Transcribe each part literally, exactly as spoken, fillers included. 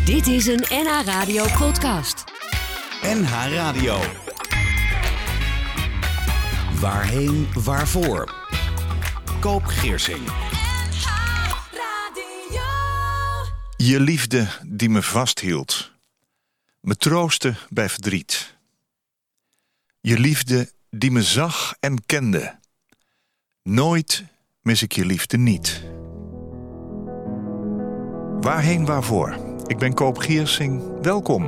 Dit is een N H Radio podcast. N H Radio. Waarheen, waarvoor? Koop Geersing. N H Radio. Je liefde die me vasthield. Me troostte bij verdriet. Je liefde die me zag en kende. Nooit mis ik je liefde niet. Waarheen, waarvoor? Ik ben Koop Geersing. Welkom.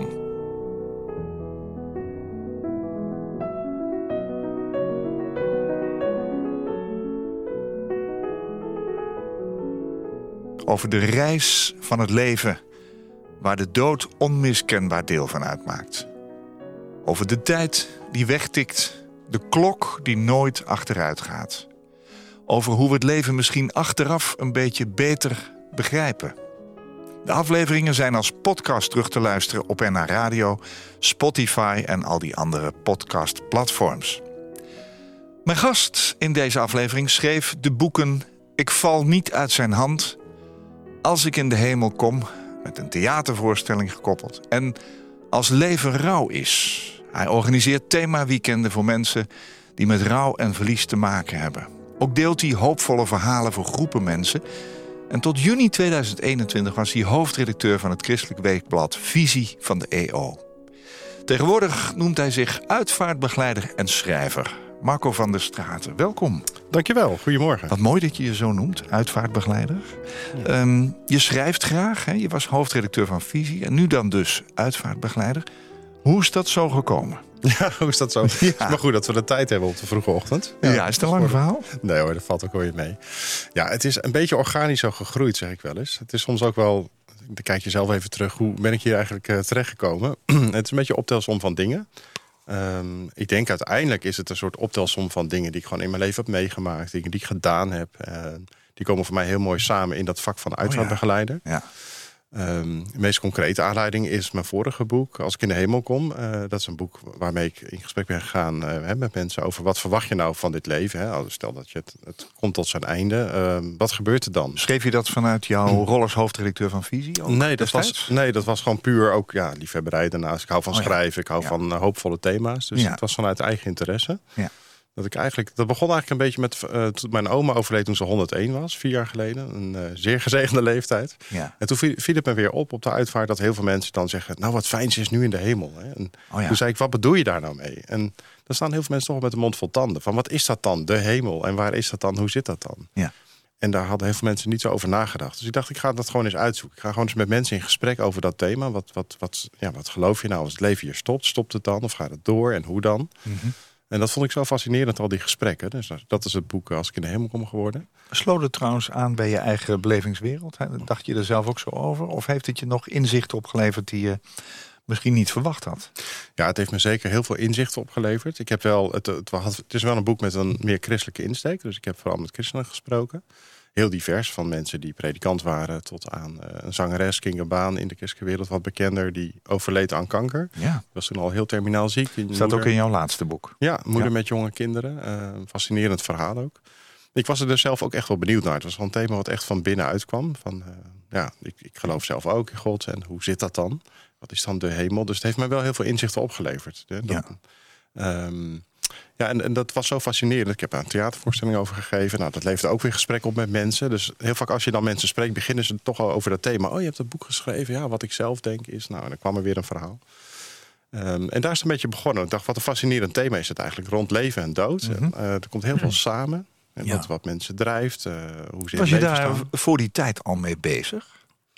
Over de reis van het leven, waar de dood onmiskenbaar deel van uitmaakt. Over de tijd die wegtikt, de klok die nooit achteruit gaat. Over hoe we het leven misschien achteraf een beetje beter begrijpen. De afleveringen zijn als podcast terug te luisteren op N H Radio, Spotify en al die andere podcastplatforms. Mijn gast in deze aflevering schreef de boeken Ik val niet uit zijn hand, Als ik in de hemel kom, met een theatervoorstelling gekoppeld, en Als leven rouw is. Hij organiseert themaweekenden voor mensen die met rouw en verlies te maken hebben. Ook deelt hij hoopvolle verhalen voor groepen mensen. En tot juni tweeduizend eenentwintig was hij hoofdredacteur van het christelijk weekblad Visie van de E O. Tegenwoordig noemt hij zich uitvaartbegeleider en schrijver. Marco van der Straten, welkom. Dankjewel, goedemorgen. Wat mooi dat je je zo noemt, uitvaartbegeleider. Ja. Um, je schrijft graag, hè? Je was hoofdredacteur van Visie en nu dan dus uitvaartbegeleider. Hoe is dat zo gekomen? Ja, hoe is dat zo? Ja. Het is maar goed dat we de tijd hebben op de vroege ochtend. Ja, ja is het een lang verhaal? Nee hoor, dat valt ook wel weer mee. Ja, het is een beetje organisch zo gegroeid, zeg ik wel eens. Het is soms ook wel, dan kijk je zelf even terug, hoe ben ik hier eigenlijk uh, terechtgekomen? Het is een beetje een optelsom van dingen. Um, ik denk uiteindelijk is het een soort optelsom van dingen die ik gewoon in mijn leven heb meegemaakt. Dingen die ik gedaan heb. Uh, die komen voor mij heel mooi samen in dat vak van uitvaartbegeleider. Oh ja. Ja. Um, de meest concrete aanleiding is mijn vorige boek, Als ik in de hemel kom. Uh, dat is een boek waarmee ik in gesprek ben gegaan uh, met mensen over wat verwacht je nou van dit leven. Hè? Stel dat je het, het komt tot zijn einde. Uh, wat gebeurt er dan? Schreef je dat vanuit jouw rol als hoofdredacteur van Visie? Ook nee, dat was, nee, dat was gewoon puur ook ja, liefhebberij daarnaast. Ik hou van oh, schrijven, ja. ik hou ja. van uh, hoopvolle thema's. Dus ja. het was vanuit eigen interesse. Ja. Dat, ik eigenlijk, dat begon eigenlijk een beetje met uh, toen mijn oma overleed toen ze honderdéén was, vier jaar geleden. Een uh, zeer gezegende leeftijd. Ja. En toen viel, viel het me weer op op de uitvaart dat heel veel mensen dan zeggen, nou wat fijn, ze is nu in de hemel. Hè? En oh ja. Toen zei ik, wat bedoel je daar nou mee? En dan staan heel veel mensen toch wel met de mond vol tanden. Van wat is dat dan, de hemel? En waar is dat dan? Hoe zit dat dan? Ja. En daar hadden heel veel mensen niet zo over nagedacht. Dus ik dacht, ik ga dat gewoon eens uitzoeken. Ik ga gewoon eens met mensen in gesprek over dat thema. Wat, wat, wat, ja, wat geloof je nou als het leven hier stopt? Stopt het dan of gaat het door? En hoe dan? Mm-hmm. En dat vond ik zo fascinerend, al die gesprekken. Dus dat is het boek Als ik in de hemel kom geworden. Sloot het trouwens aan bij je eigen belevingswereld? Dacht je er zelf ook zo over? Of heeft het je nog inzichten opgeleverd die je misschien niet verwacht had? Ja, het heeft me zeker heel veel inzichten opgeleverd. Ik heb wel, het, het, het is wel een boek met een meer christelijke insteek. Dus ik heb vooral met christenen gesproken. Heel divers, van mensen die predikant waren tot aan uh, een zangeres, Kinga Baan, in de christelijke wereld wat bekender, die overleed aan kanker. Ja. Was toen al heel terminaal ziek. Staat moeder. Ook in jouw laatste boek. Ja, moeder ja. met jonge kinderen. Uh, fascinerend verhaal ook. Ik was er dus zelf ook echt wel benieuwd naar. Het was wel een thema wat echt van binnenuit kwam. Van, uh, ja, ik, ik geloof zelf ook in God. En hoe zit dat dan? Wat is dan de hemel? Dus het heeft mij wel heel veel inzichten opgeleverd. Hè? Dat, ja. Um, Ja, en, en dat was zo fascinerend. Ik heb daar een theatervoorstelling over gegeven. Nou, dat leverde ook weer gesprek op met mensen. Dus heel vaak als je dan mensen spreekt, beginnen ze toch al over dat thema. Oh, je hebt dat boek geschreven. Ja, wat ik zelf denk is. Nou, en dan kwam er weer een verhaal. Um, en daar is het een beetje begonnen. Ik dacht, wat een fascinerend thema is het eigenlijk. Rond leven en dood. Mm-hmm. uh, er komt heel veel samen. En ja. wat, wat mensen drijft. Uh, hoe ze in Was je daar staan. voor die tijd al mee bezig?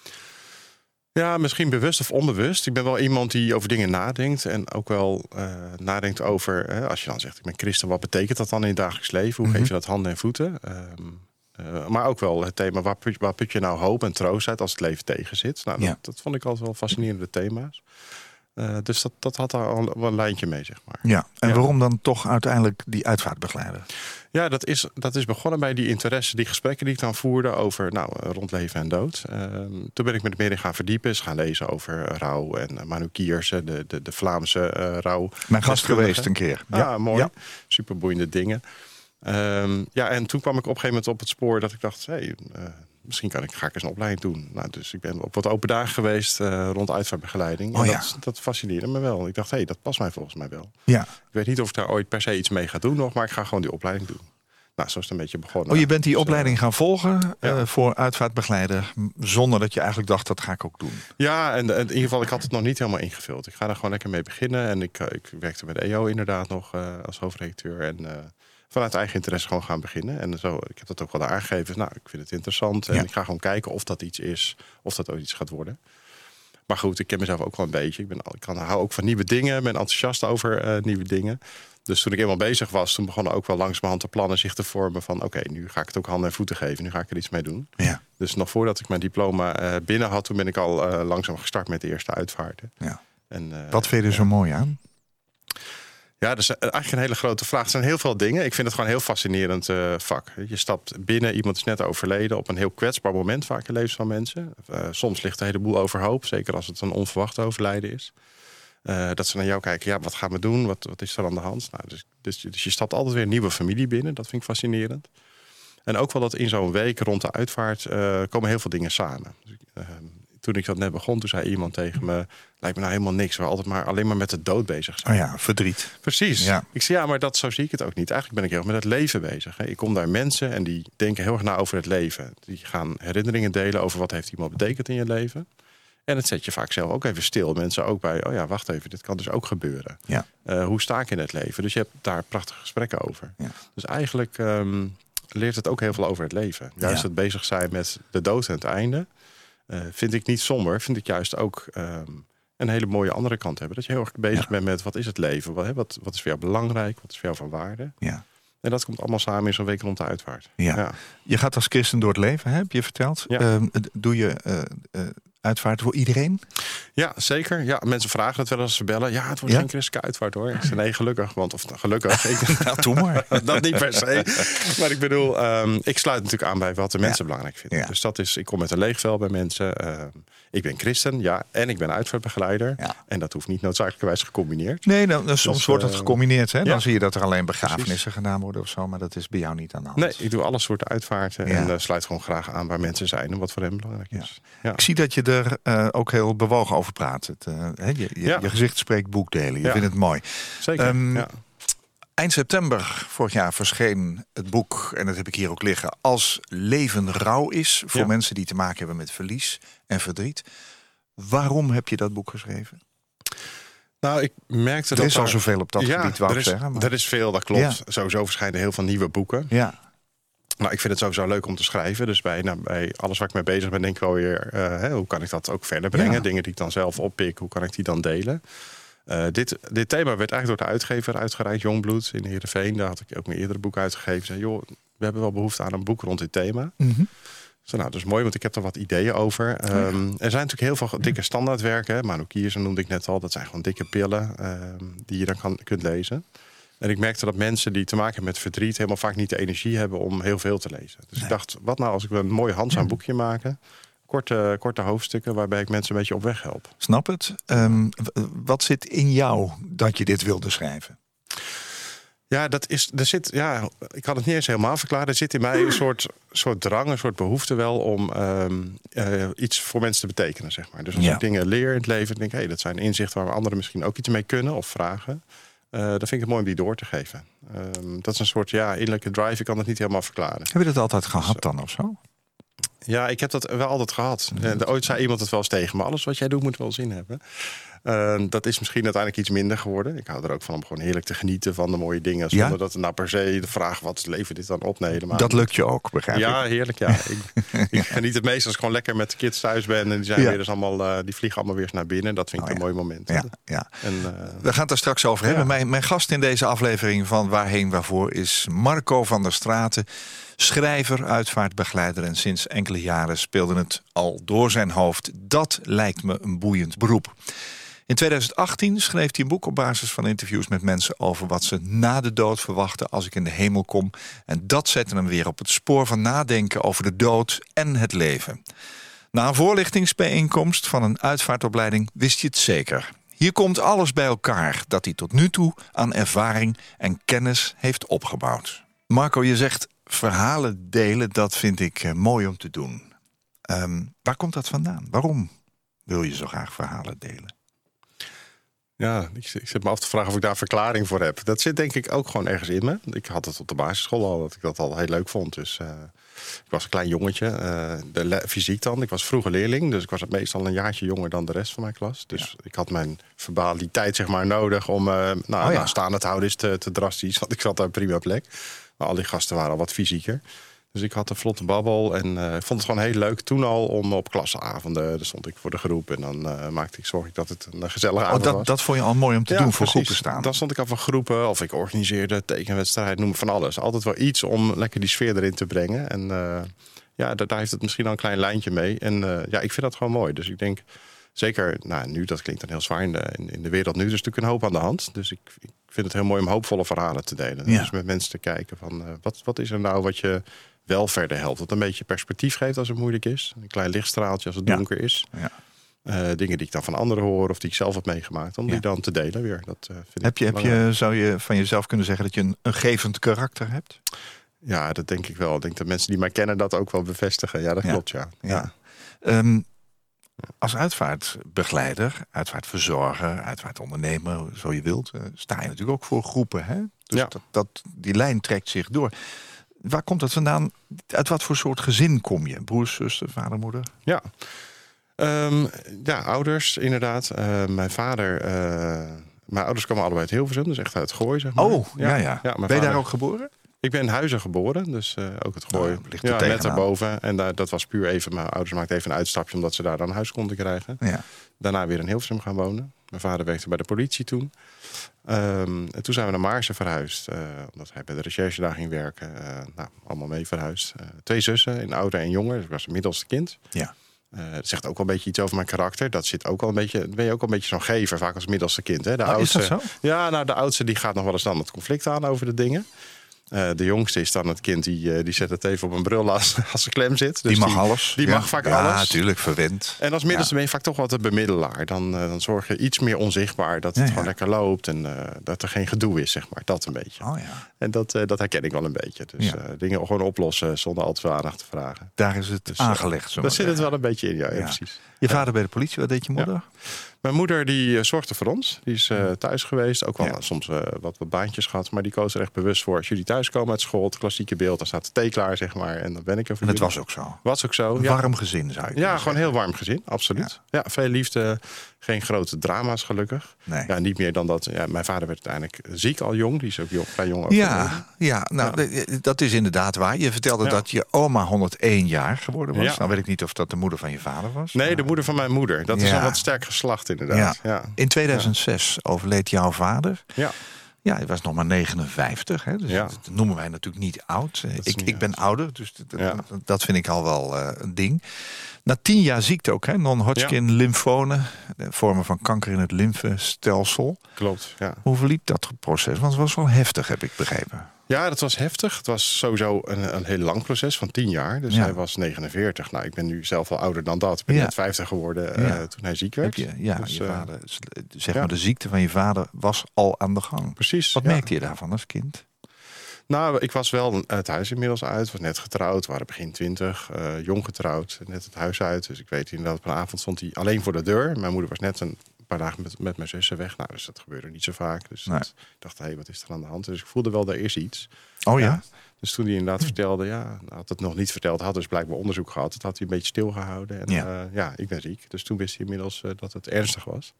Ja, misschien bewust of onbewust. Ik ben wel iemand die over dingen nadenkt. En ook wel uh, nadenkt over, hè, als je dan zegt, ik ben christen, wat betekent dat dan in het dagelijks leven? Hoe mm-hmm. geef je dat handen en voeten? Um, uh, maar ook wel het thema, waar put, waar put je nou hoop en troost uit als het leven tegen zit? Nou, ja. dat, dat vond ik altijd wel fascinerende thema's. Uh, dus dat, dat had daar al wel een lijntje mee, zeg maar. Ja, en ja. waarom dan toch uiteindelijk die uitvaartbegeleider? Ja, dat is, dat is begonnen bij die interesse, die gesprekken die ik dan voerde over nou, rond leven en dood. Uh, toen ben ik me er meer in gaan verdiepen, eens gaan lezen over rouw en uh, Manu Kiersen, de, de, de Vlaamse uh, rouw. Mijn gast geweest een keer. Ja, ah, mooi. Ja. Superboeiende dingen. Um, ja, en toen kwam ik op een gegeven moment op het spoor dat ik dacht, hey, uh, misschien kan ik, ga ik eens een opleiding doen. Nou, dus ik ben op wat open dagen geweest uh, rond uitvaartbegeleiding. Oh, en ja. dat, dat fascineerde me wel. Ik dacht, hé, hey, dat past mij volgens mij wel. Ja. Ik weet niet of ik daar ooit per se iets mee ga doen nog, maar ik ga gewoon die opleiding doen. Nou, zo is het een beetje begonnen. Oh, je bent die dus, opleiding gaan volgen ja. uh, voor uitvaartbegeleider, zonder dat je eigenlijk dacht, dat ga ik ook doen. Ja, en, en in ieder geval, ik had het nog niet helemaal ingevuld. Ik ga er gewoon lekker mee beginnen. En ik, ik werkte bij de E O inderdaad nog uh, als hoofdredacteur. En uh, vanuit eigen interesse gewoon gaan beginnen. En zo, ik heb dat ook wel aangegeven. Nou, ik vind het interessant. En ja. ik ga gewoon kijken of dat iets is. Of dat ook iets gaat worden. Maar goed, ik ken mezelf ook wel een beetje. Ik, ben, ik kan, hou ook van nieuwe dingen. Ben enthousiast over uh, nieuwe dingen. Dus toen ik eenmaal bezig was, toen begonnen ook wel langzamerhand de plannen zich te vormen van oké, okay, nu ga ik het ook handen en voeten geven. Nu ga ik er iets mee doen. Ja. Dus nog voordat ik mijn diploma uh, binnen had, toen ben ik al uh, langzaam gestart met de eerste uitvaarten. Ja. En, uh, Wat vind je er ja. zo mooi aan? Ja, dat is eigenlijk een hele grote vraag. Er zijn heel veel dingen. Ik vind het gewoon een heel fascinerend uh, vak. Je stapt binnen, iemand is net overleden op een heel kwetsbaar moment vaak in levens van mensen. Uh, soms ligt de hele boel overhoop, zeker als het een onverwacht overlijden is. Uh, dat ze naar jou kijken, ja, wat gaan we doen? Wat, wat is er aan de hand? Nou, dus, dus, dus je stapt altijd weer een nieuwe familie binnen. Dat vind ik fascinerend. En ook wel dat in zo'n week rond de uitvaart uh, komen heel veel dingen samen. Dus, uh, toen ik dat net begon, toen zei iemand tegen me, lijkt me nou helemaal niks. We altijd maar alleen maar met de dood bezig zijn. Oh ja, verdriet. Precies. Ja. Ik zei, ja, maar dat, zo zie ik het ook niet. Eigenlijk ben ik heel erg met het leven bezig. Hè. Ik kom daar mensen en die denken heel erg na over het leven. Die gaan herinneringen delen over wat heeft iemand betekend in je leven. En het zet je vaak zelf ook even stil. Mensen ook bij, oh ja, wacht even, dit kan dus ook gebeuren. Ja. Uh, hoe sta ik in het leven? Dus je hebt daar prachtige gesprekken over. Ja. Dus eigenlijk um, leert het ook heel veel over het leven. Juist ja. het bezig zijn met de dood en het einde. Uh, vind ik niet somber. Vind ik juist ook um, een hele mooie andere kant hebben. Dat je heel erg bezig ja. bent met wat is het leven? Wat, wat, wat is voor jou belangrijk? Wat is voor jou van waarde? Ja. En dat komt allemaal samen in zo'n week rond de uitvaart. Ja. Ja. Je gaat als christen door het leven, hè, heb je verteld. Ja. Uh, doe je uh, uh, uitvaart voor iedereen? Ja, zeker. Ja, mensen vragen het wel als ze bellen. Ja, het wordt ja? geen christelijke uitvaart hoor. Ik zeg nee, gelukkig. Want, of gelukkig. Ik, nou, doe maar. Dat niet per se. Maar ik bedoel, um, ik sluit natuurlijk aan bij wat de mensen ja. belangrijk vinden. Ja. Dus dat is, ik kom met een leeg vel bij mensen. Uh, ik ben christen, ja. En ik ben uitvaartbegeleider. Ja. En dat hoeft niet noodzakelijkerwijs gecombineerd. Nee, nou, dus, soms wordt het gecombineerd. Hè? Dan ja. zie je dat er alleen begrafenissen Precies. gedaan worden of zo. Maar dat is bij jou niet aan de hand. Nee, ik doe alle soorten uitvaarten. Ja. En uh, sluit gewoon graag aan waar mensen zijn en wat voor hen belangrijk is. Ja. Ja. Ik zie dat je er uh, ook heel bewogen over praat. Het, uh, he, je, je, ja. je gezicht spreekt boekdelen. Je ja. vindt het mooi. Zeker, um, ja. Eind september vorig jaar verscheen het boek, en dat heb ik hier ook liggen, Als leven rouw is. Voor ja. mensen die te maken hebben met verlies en verdriet. Waarom heb je dat boek geschreven? Nou, ik merkte er dat... Er is daar... al zoveel op dat ja, gebied, wou er ik is, zeggen. Maar... Er is veel, dat klopt. Ja. Sowieso verschijnen heel veel nieuwe boeken. Ja. Nou, ik vind het sowieso leuk om te schrijven. Dus bij, nou, bij alles waar ik mee bezig ben, denk ik wel weer... Uh, hè, hoe kan ik dat ook verder brengen? Ja. Dingen die ik dan zelf oppik, hoe kan ik die dan delen? Uh, dit, dit thema werd eigenlijk door de uitgever uitgereikt, Jongbloed in Heerenveen. Daar had ik ook mijn eerdere boek uitgegeven. Zei, joh, we hebben wel behoefte aan een boek rond dit thema. Mm-hmm. Dus, nou, dat is mooi, want ik heb er wat ideeën over. Um, er zijn natuurlijk heel veel dikke standaardwerken. Manukierse noemde ik net al. Dat zijn gewoon dikke pillen um, die je dan kan, kunt lezen. En ik merkte dat mensen die te maken hebben met verdriet helemaal vaak niet de energie hebben om heel veel te lezen. Dus nee. ik dacht, wat nou als ik een mooi handzaam boekje maken? Korte, korte hoofdstukken waarbij ik mensen een beetje op weg help. Snap het. Um, wat zit in jou dat je dit wilde schrijven? Ja, dat is, er zit, ja, ik kan het niet eens helemaal verklaren. Er zit in mij een soort, soort drang, een soort behoefte wel om um, uh, iets voor mensen te betekenen, zeg maar. Dus als ja. ik dingen leer in het leven, denk ik, hey, dat zijn inzichten waar anderen misschien ook iets mee kunnen of vragen. Uh, dan vind ik het mooi om die door te geven. Um, dat is een soort ja, innerlijke drive. Ik kan het niet helemaal verklaren. Heb je dat altijd gehad dan of zo? Ja, ik heb dat wel altijd gehad. Uh, ooit zei iemand het wel eens tegen me. Alles wat jij doet moet wel zin hebben. Uh, dat is misschien uiteindelijk iets minder geworden. Ik hou er ook van om gewoon heerlijk te genieten van de mooie dingen. Zonder ja? dat er nou per se de vraag, wat levert dit dan op? Nee, helemaal dat lukt je ook, begrijp ik. Ja, heerlijk. Ja. ik, ik geniet het meest als ik gewoon lekker met de kids thuis ben. En die, zijn ja. weer dus allemaal, uh, die vliegen allemaal weer eens naar binnen. Dat vind ik oh, ja. een mooi moment. Ja, ja. En, uh, We gaan het er straks over hebben. Ja. Mijn, mijn gast in deze aflevering van Waarheen Waarvoor is Marco van der Straten. Schrijver, uitvaartbegeleider en sinds enkele jaren speelde het al door zijn hoofd. Dat lijkt me een boeiend beroep. In tweeduizend achttien schreef hij een boek op basis van interviews met mensen over wat ze na de dood verwachten als ik in de hemel kom. En dat zette hem weer op het spoor van nadenken over de dood en het leven. Na een voorlichtingsbijeenkomst van een uitvaartopleiding wist je het zeker. Hier komt alles bij elkaar dat hij tot nu toe aan ervaring en kennis heeft opgebouwd. Marco, je zegt verhalen delen, dat vind ik uh, mooi om te doen. Um, waar komt dat vandaan? Waarom wil je zo graag verhalen delen? Ja, ik, ik zit me af te vragen of ik daar verklaring voor heb. Dat zit denk ik ook gewoon ergens in me. Ik had het op de basisschool al, dat ik dat al heel leuk vond. Dus uh, ik was een klein jongetje. Uh, de le- fysiek dan. Ik was vroeger leerling, dus ik was meestal een jaartje jonger dan de rest van mijn klas. Dus ja. ik had mijn verbaliteit zeg maar nodig om uh, nou, oh, ja. nou, staande te houden is te, te drastisch. Want ik zat daar prima plek. Maar al die gasten waren al wat fysieker. Dus ik had een vlotte babbel en uh, vond het gewoon heel leuk toen al om op klasavonden, daar stond ik voor de groep en dan uh, maakte ik zorg ik dat het een gezellige avond oh, dat, was. Dat vond je al mooi om te ja, doen voor precies. groepen staan. Dan stond ik al van groepen of ik organiseerde tekenwedstrijd, noem van alles. Altijd wel iets om lekker die sfeer erin te brengen. En uh, ja, daar, daar heeft het misschien al een klein lijntje mee. En uh, ja, ik vind dat gewoon mooi. Dus ik denk, zeker nou, nu, dat klinkt dan heel zwaar in de, in de wereld nu, er is natuurlijk een hoop aan de hand. Dus ik, ik vind het heel mooi om hoopvolle verhalen te delen. Ja. Dus met mensen te kijken van uh, wat, wat is er nou wat je wel verder helpt. Wat een beetje perspectief geeft als het moeilijk is. Een klein lichtstraaltje als het ja. donker is. Ja. Uh, dingen die ik dan van anderen hoor of die ik zelf heb meegemaakt. Om ja. die dan te delen weer. Dat, uh, vind heb je, ik heb je, zou je van jezelf kunnen zeggen dat je een, een gevend karakter hebt? Ja, dat denk ik wel. Ik denk dat mensen die mij kennen dat ook wel bevestigen. Ja, dat ja. klopt, ja. ja. ja. Um, als uitvaartbegeleider, uitvaartverzorger, uitvaartondernemer, zo je wilt, uh, sta je natuurlijk ook voor groepen. Hè? Dus ja. dat, dat, die lijn trekt zich door. Waar komt dat vandaan? Uit wat voor soort gezin kom je? Broers, zuster, vader, moeder? Ja, um, ja ouders inderdaad. Uh, mijn vader... Uh, mijn ouders komen allebei uit Hilversum, dus echt uit het Gooi, zeg maar. Oh, ja, ja. ja. ja ben je vader, daar ook geboren? Ik ben in Huizen geboren, dus uh, ook het Gooi. Nou, ligt er ja, net erboven. En daar, dat was puur even... Mijn ouders maakten even een uitstapje omdat ze daar dan een huis konden krijgen. Ja. Daarna weer in Hilversum gaan wonen. Mijn vader werkte bij de politie toen. Um, en toen zijn we naar Maarsen verhuisd. Uh, omdat hij bij de recherche daar ging werken. Uh, nou, allemaal mee verhuisd. Uh, twee zussen, een ouder en jonger. Dus ik was het middelste kind. Ja. Uh, dat zegt ook wel een beetje iets over mijn karakter. Dat zit ook wel een beetje. Ben je ook wel een beetje zo'n gever, vaak als middelste kind. Hè? De oh, oudste, is dat zo? Ja, nou de oudste die gaat nog wel eens dan het conflict aan over de dingen. Uh, de jongste is dan het kind die, uh, die zet het even op een bril als, als ze klem zit. Dus die mag die, alles. Die ja. mag vaak ja, alles. Ja, natuurlijk, verwend. En als middelste ja. ben je vaak toch wel de bemiddelaar. Dan, uh, dan zorg je iets meer onzichtbaar dat het ja, ja. gewoon lekker loopt. En uh, dat er geen gedoe is, zeg maar. Dat een beetje. Oh, ja. En dat, uh, dat herken ik wel een beetje. Dus ja. uh, dingen gewoon oplossen zonder al te veel aandacht te vragen. Daar is het dus, aangelegd. Zo daar zit het wel een beetje in, ja, ja. ja precies. Je vader bij de politie, wat deed je moeder? Ja. Mijn moeder die uh, zorgde voor ons. Die is uh, thuis geweest. Ook wel ja. soms uh, wat, wat baantjes gehad. Maar die koos er echt bewust voor. Als jullie thuis komen uit school, het klassieke beeld. Dan staat de thee klaar, zeg maar. En dan ben ik er voor En dat jullie. was ook zo. Was ook zo. Een ja. warm gezin, zou je Ja, gewoon zeggen. heel warm gezin. Absoluut. Ja, ja veel liefde. Geen grote drama's, gelukkig. Nee. Ja, niet meer dan dat. Ja, mijn vader werd uiteindelijk ziek al jong. Die is ook jong, vrij jong overleden. Ja, ja, nou, ja. dat is inderdaad waar. Je vertelde ja. dat je oma honderdéén jaar geworden was. Ja. Nou weet ik niet of dat de moeder van je vader was. Nee, maar... de moeder van mijn moeder. Dat ja. is een wat sterk geslacht, inderdaad. Ja. Ja. In tweeduizend zes ja. overleed jouw vader. Ja. Ja, hij was nog maar negenenvijftig. Hè? Dus ja. dat noemen wij natuurlijk niet oud. Ik, niet ik ben oud. ouder, dus dat, ja. dat vind ik al wel uh, een ding. Na tien jaar ziekte ook, hè? Non-Hodgkin ja. lymfone, vormen van kanker in het lymfestelsel. Klopt, ja. Hoe verliep dat proces? Want het was wel heftig, heb ik begrepen. Ja, dat was heftig. Het was sowieso een, een heel lang proces van tien jaar. Dus ja. hij was negenenveertig. Nou, ik ben nu zelf al ouder dan dat. Ik ben ja. net vijftig geworden ja. uh, toen hij ziek werd. Je, ja, dus, je uh, vader, zeg maar, ja. de ziekte van je vader was al aan de gang. Precies. Wat ja. merkte je daarvan als kind? Nou, ik was wel het huis inmiddels uit. Was net getrouwd, waren begin twintig, uh, jong getrouwd. Net het huis uit. Dus ik weet inderdaad, op een avond stond hij alleen voor de deur. Mijn moeder was net een paar dagen met, met mijn zussen weg. Nou, dus dat gebeurde niet zo vaak. Dus nee. dat, ik dacht, hé, hey, wat is er aan de hand? Dus ik voelde wel, er is iets. Oh ja? ja. Dus toen hij inderdaad hm. vertelde, ja, had het nog niet verteld. Had dus blijkbaar onderzoek gehad. Dat had hij een beetje stilgehouden. En ja, uh, ja ik ben ziek. Dus toen wist hij inmiddels uh, dat het ernstig was.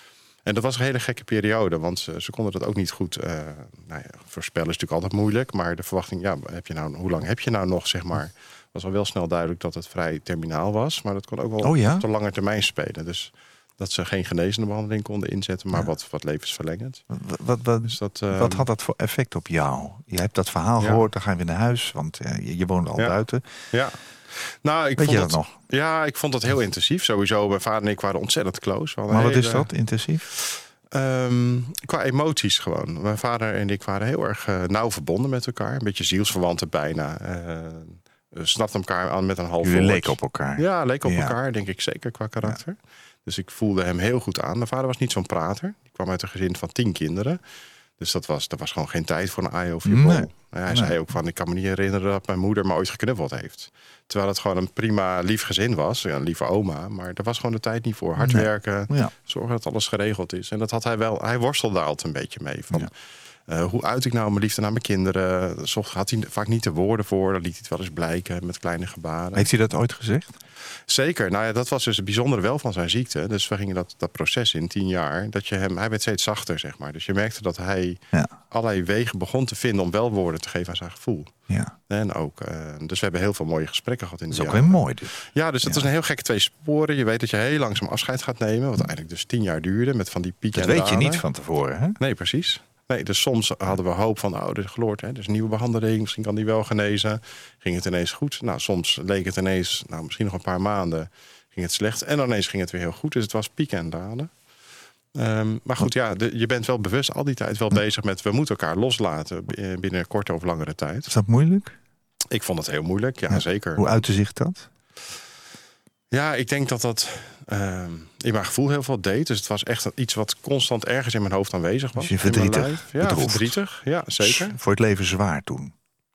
En dat was een hele gekke periode, want ze, ze konden dat ook niet goed uh, nou ja, voorspellen. Is natuurlijk altijd moeilijk, maar de verwachting, ja, heb je nou, hoe lang heb je nou nog, zeg maar, was al wel snel duidelijk dat het vrij terminaal was, maar dat kon ook wel oh ja? op de lange termijn spelen. Dus dat ze geen genezende behandeling konden inzetten, maar ja. wat, wat levensverlengend. Wat, wat, wat, dus dat, uh, wat had dat voor effect op jou? Je hebt dat verhaal ja. gehoord, dan ga je weer naar huis, want uh, je, je woonde al ja. buiten. Ja. Nou, ik Weet vond je dat het, nog? Ja, ik vond het heel intensief. Sowieso, mijn vader en ik waren ontzettend close. Maar wat hele, is dat, intensief? Um, qua emoties gewoon. Mijn vader en ik waren heel erg uh, nauw verbonden met elkaar. Een beetje zielsverwanten bijna. Uh, we snapten elkaar aan met een half woord. Jullie leken op elkaar. Ja, leken op ja. elkaar, denk ik zeker, qua karakter. Ja. Dus ik voelde hem heel goed aan. Mijn vader was niet zo'n prater. Die kwam uit een gezin van tien kinderen. Dus dat was, dat was gewoon geen tijd voor een eye over je Nee. bol. Nou ja, hij Nee. zei ook van, ik kan me niet herinneren dat mijn moeder me ooit geknuffeld heeft. Terwijl het gewoon een prima lief gezin was. Ja, een lieve oma. Maar er was gewoon de tijd niet voor. Hard Nee. werken. Ja. Zorgen dat alles geregeld is. En dat had hij wel. Hij worstelde daar altijd een beetje mee. Van, Ja. uh, hoe uit ik nou mijn liefde naar mijn kinderen? Zocht had hij vaak niet de woorden voor. Dan liet hij het wel eens blijken met kleine gebaren. Heeft hij dat ooit gezegd? Zeker. Nou ja, dat was dus het bijzondere wel van zijn ziekte. Dus we gingen dat, dat proces in, tien jaar. Dat je hem, hij werd steeds zachter, zeg maar. Dus je merkte dat hij Ja. allerlei wegen begon te vinden om wel woorden te geven aan zijn gevoel. Ja. En ook, uh, dus we hebben heel veel mooie gesprekken gehad in Dat de is ook jaren. weer mooi dus. Ja, dus dat Ja. is een heel gekke twee sporen. Je weet dat je heel langzaam afscheid gaat nemen. Wat eigenlijk dus tien jaar duurde met van die pieken Dat en weet je dalen. niet van tevoren, hè? Nee, precies. Nee, dus soms hadden we hoop van, oh, dit is geloord, hè, dus een nieuwe behandeling, misschien kan die wel genezen. Ging het ineens goed? Nou, soms leek het ineens, nou, misschien nog een paar maanden, ging het slecht. En dan ineens ging het weer heel goed. Dus het was pieken en dalen. Um, maar goed, ja, de, je bent wel bewust al die tijd wel bezig met, we moeten elkaar loslaten binnen korte of langere tijd. Is dat moeilijk? Ik vond het heel moeilijk, ja, Ja. zeker. Hoe uitte zich dat? Ja, ik denk dat dat uh, in mijn gevoel heel veel deed. Dus het was echt iets wat constant ergens in mijn hoofd aanwezig was. Dus je in mijn verdrietig, lijf. Ja, bedroefd. verdrietig. Ja, zeker. Voor het leven zwaar toen.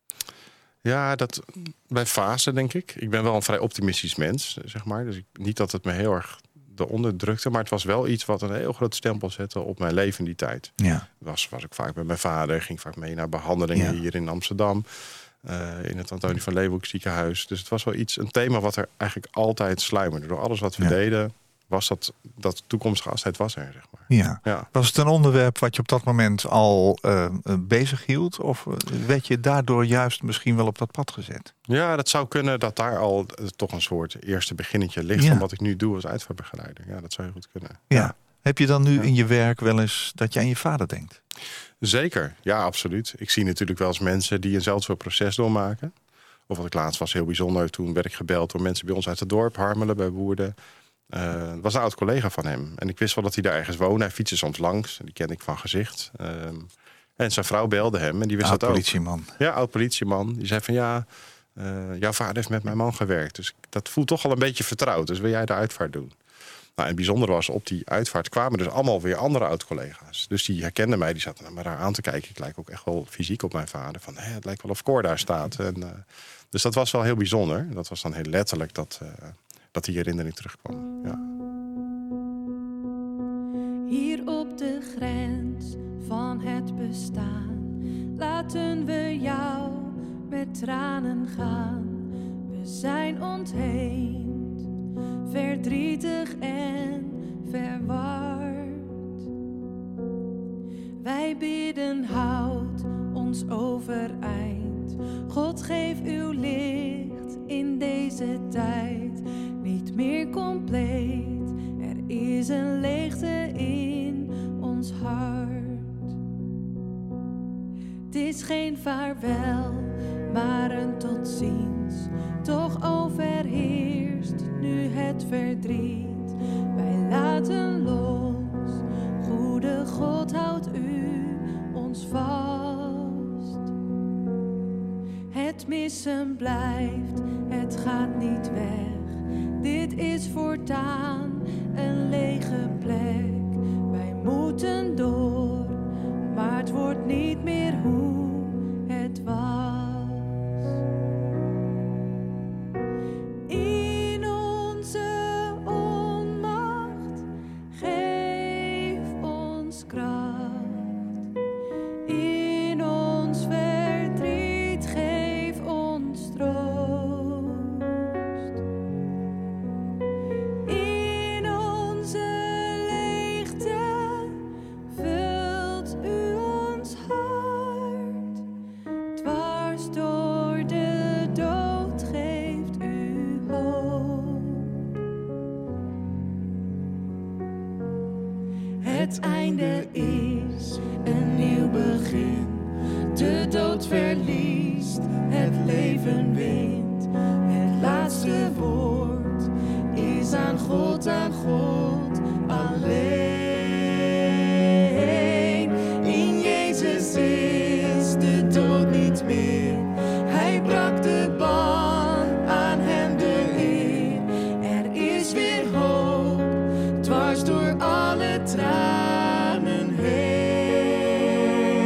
Ja, dat bij fase denk ik. Ik ben wel een vrij optimistisch mens, zeg maar. Dus ik, niet dat het me heel erg eronder drukte. Maar het was wel iets wat een heel groot stempel zette op mijn leven in die tijd. Ja. Was, was ik vaak bij mijn vader. Ging vaak mee naar behandelingen Ja. hier in Amsterdam. Uh, in het Antonie van Leeuwenhoek ziekenhuis. Dus het was wel iets, een thema wat er eigenlijk altijd sluimerde. Door alles wat we Ja. deden, was dat, dat toekomstige afscheid was er, zeg maar. Ja. Ja. Was het een onderwerp wat je op dat moment al uh, bezig hield? Of werd je daardoor juist misschien wel op dat pad gezet? Ja, dat zou kunnen dat daar al uh, toch een soort eerste beginnetje ligt Ja. van wat ik nu doe als uitvaartbegeleider. Ja, dat zou heel goed kunnen. Ja. Ja. Heb je dan nu Ja. in je werk wel eens dat je aan je vader denkt? Zeker, ja, absoluut. Ik zie natuurlijk wel eens mensen die eenzelfde soort proces doormaken. Of wat ik laatst was heel bijzonder. Toen werd ik gebeld door mensen bij ons uit het dorp, Harmelen, bij Woerden. Uh, het was een oud collega van hem. En ik wist wel dat hij daar ergens woonde. Hij fietste soms langs. Die kende ik van gezicht. Um, en zijn vrouw belde hem en die wist Oud dat ook. politieman. Ja, oud politieman. Die zei van ja, uh, jouw vader heeft met mijn man gewerkt. Dus dat voelt toch al een beetje vertrouwd. Dus wil jij de uitvaart doen? Nou, en het bijzondere was, op die uitvaart kwamen dus allemaal weer andere oud-collega's. Dus die herkenden mij, die zaten naar me daar aan te kijken. Ik lijk ook echt wel fysiek op mijn vader. Van, hé, het lijkt wel of Cor daar staat. En, uh, dus dat was wel heel bijzonder. Dat was dan heel letterlijk dat, uh, dat die herinnering terugkwam. Ja. Hier op de grens van het bestaan laten we jou met tranen gaan. We zijn ontheemd, verdrietig en verward. Wij bidden, houd ons overeind. God, geef uw licht in deze tijd. Niet meer compleet, er is een leegte in ons hart. Het is geen vaarwel, maar een tot ziens. Toch overheerst nu het verdriet. Wij laten los, goede God, houdt u ons vast. Het missen blijft, het gaat niet weg. Dit is voortaan een lege plek. Wij moeten door, maar het wordt niet meer hoe het was. In onze onmacht, geef ons kracht. In ons verdriet, geef ons troost. In onze leegte vult u ons hart. Dwars door de dood geeft u hoop. Het einde is een nieuw begin. De dood verliest, het leven wint. Het laatste woord is aan God, aan God alleen. In Jezus is de dood niet meer. Hij brak de band, aan hem de eer. Er is weer hoop, dwars door alle tranen heen.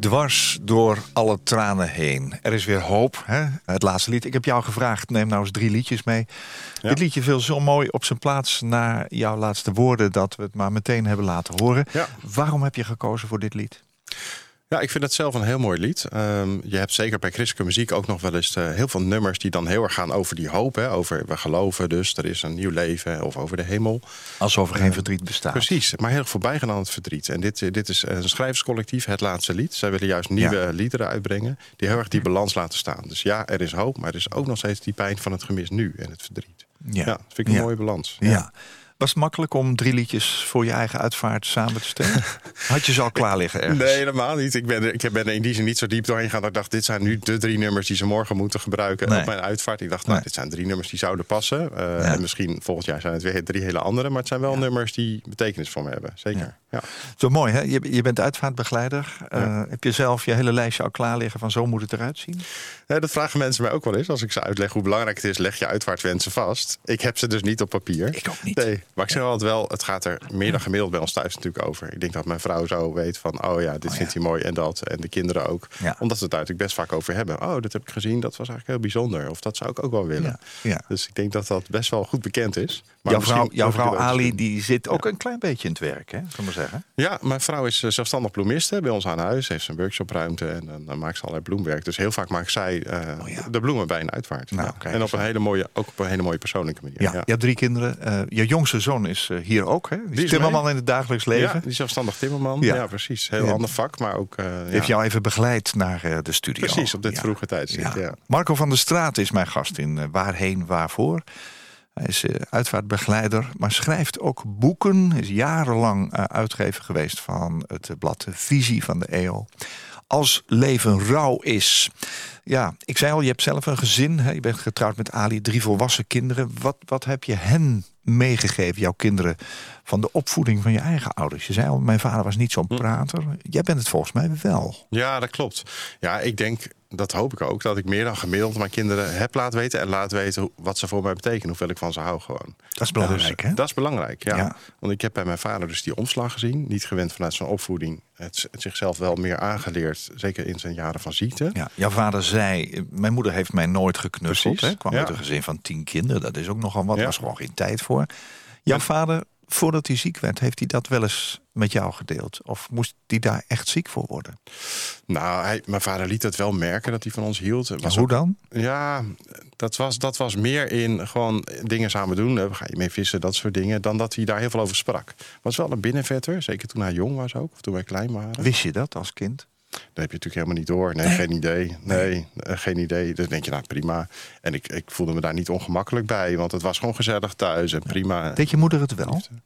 dwars door alle tranen heen. Er is weer hoop, hè? Het laatste lied. Ik heb jou gevraagd, neem nou eens drie liedjes mee. Ja. Dit liedje viel zo mooi op zijn plaats naar jouw laatste woorden... dat we het maar meteen hebben laten horen. Ja. Waarom heb je gekozen voor dit lied? Ja, ik vind het zelf een heel mooi lied. Um, je hebt zeker bij christelijke muziek ook nog wel eens uh, heel veel nummers... die dan heel erg gaan over die hoop. Hè? Over we geloven dus, er is een nieuw leven of over de hemel. Alsof er geen uh, verdriet bestaat. Precies, maar heel erg voorbij gaan aan het verdriet. En dit, dit is een schrijverscollectief, Het Laatste Lied. Zij willen juist nieuwe ja. liederen uitbrengen... die heel erg die balans laten staan. Dus ja, er is hoop, maar er is ook nog steeds die pijn van het gemis nu en het verdriet. Ja, ja dat vind ik een ja. mooie balans. Ja. ja. Was het makkelijk om drie liedjes voor je eigen uitvaart samen te stellen? Had je ze al klaar liggen ergens? Nee, helemaal niet. Ik ben, er, ik ben er in die zin niet zo diep doorheen gegaan. Dat ik dacht, dit zijn nu de drie nummers die ze morgen moeten gebruiken nee. op mijn uitvaart. Ik dacht, nou, nee. dit zijn drie nummers die zouden passen. Uh, ja. En misschien volgend jaar zijn het weer drie hele andere. Maar het zijn wel ja. nummers die betekenis voor me hebben. Zeker. Ja. Ja. Zo mooi, hè? Je, je bent uitvaartbegeleider. Uh, ja. Heb je zelf je hele lijstje al klaar liggen van zo moet het eruit zien? Ja, dat vragen mensen mij ook wel eens. Als ik ze uitleg hoe belangrijk het is, leg je uitvaartwensen vast. Ik heb ze dus niet op papier. Ik ook niet. Nee, maar ik zeg altijd wel, het gaat er meer dan gemiddeld bij ons thuis natuurlijk over. Ik denk dat mijn vrouw zo weet van, oh ja, dit oh, vindt ja. hij mooi en dat. En de kinderen ook. Ja. Omdat we het daar natuurlijk best vaak over hebben. Oh, dat heb ik gezien, dat was eigenlijk heel bijzonder. Of dat zou ik ook wel willen. Ja. Ja. Dus ik denk dat dat best wel goed bekend is. Maar jouw vrouw, jouw vrouw Ali, die zit ook ja. een klein beetje in het werk, hè? Zullen we maar zeggen? Ja, mijn vrouw is zelfstandig bloemiste bij ons aan huis. Heeft een workshopruimte en dan, dan maakt ze allerlei bloemwerk. Dus heel vaak maakt zij uh, oh, ja. de bloemen bij een uitvaart. Nou, ja. En op een hele mooie, ook op een hele mooie persoonlijke manier. Ja, ja. Je hebt drie kinderen. Uh, je jongste zoon is uh, hier ook, hè? Die, die is timmerman mee. In het dagelijks leven. Ja, die is zelfstandig timmerman. Ja, ja precies. Heel ja. ander vak, maar ook... Uh, heeft ja. jou even begeleid naar uh, de studio. Precies, op dit ja. vroege tijdstip. Ja. Ja. Marco van der Straat is mijn gast in uh, Waarheen, Waarvoor. Hij is uh, uitvaartbegeleider, maar schrijft ook boeken. Hij is jarenlang uh, uitgever geweest van het uh, blad Visie van de Eeuw. Als leven rouw is. Ja, ik zei al, je hebt zelf een gezin. Hè? Je bent getrouwd met Ali, drie volwassen kinderen. Wat, wat heb je hen meegegeven, jouw kinderen, van de opvoeding van je eigen ouders? Je zei al, mijn vader was niet zo'n prater. Jij bent het volgens mij wel. Ja, dat klopt. Ja, ik denk, dat hoop ik ook, dat ik meer dan gemiddeld mijn kinderen heb laten weten en laat weten wat ze voor mij betekenen, hoeveel ik van ze hou gewoon. Dat is belangrijk, ja, dus, hè? Dat is belangrijk, ja. ja. Want ik heb bij mijn vader dus die omslag gezien. Niet gewend vanuit zijn opvoeding. Het, het zichzelf wel meer aangeleerd, zeker in zijn jaren van ziekte. Ja, jouw vader zei, mijn moeder heeft mij nooit geknuffeld. Hè? Kwam ja. uit een gezin van tien kinderen. Dat is ook nogal wat, ja. was gewoon geen tijd voor. Jouw ja. vader, voordat hij ziek werd, heeft hij dat wel eens met jou gedeeld? Of moest hij daar echt ziek voor worden? Nou, hij, mijn vader liet het wel merken dat hij van ons hield. Was hoe ook, dan? Ja, dat was, dat was meer in gewoon dingen samen doen. Hè. Ga je mee vissen, dat soort dingen. Dan dat hij daar heel veel over sprak. Was wel een binnenvetter, zeker toen hij jong was ook. Of toen wij klein waren. Wist je dat als kind? Dat heb je natuurlijk helemaal niet door. Nee, nee. geen idee. Nee, nee. Uh, geen idee. Dus denk je, nou prima. En ik, ik voelde me daar niet ongemakkelijk bij. Want het was gewoon gezellig thuis en prima. Deed je moeder het wel? Liefde.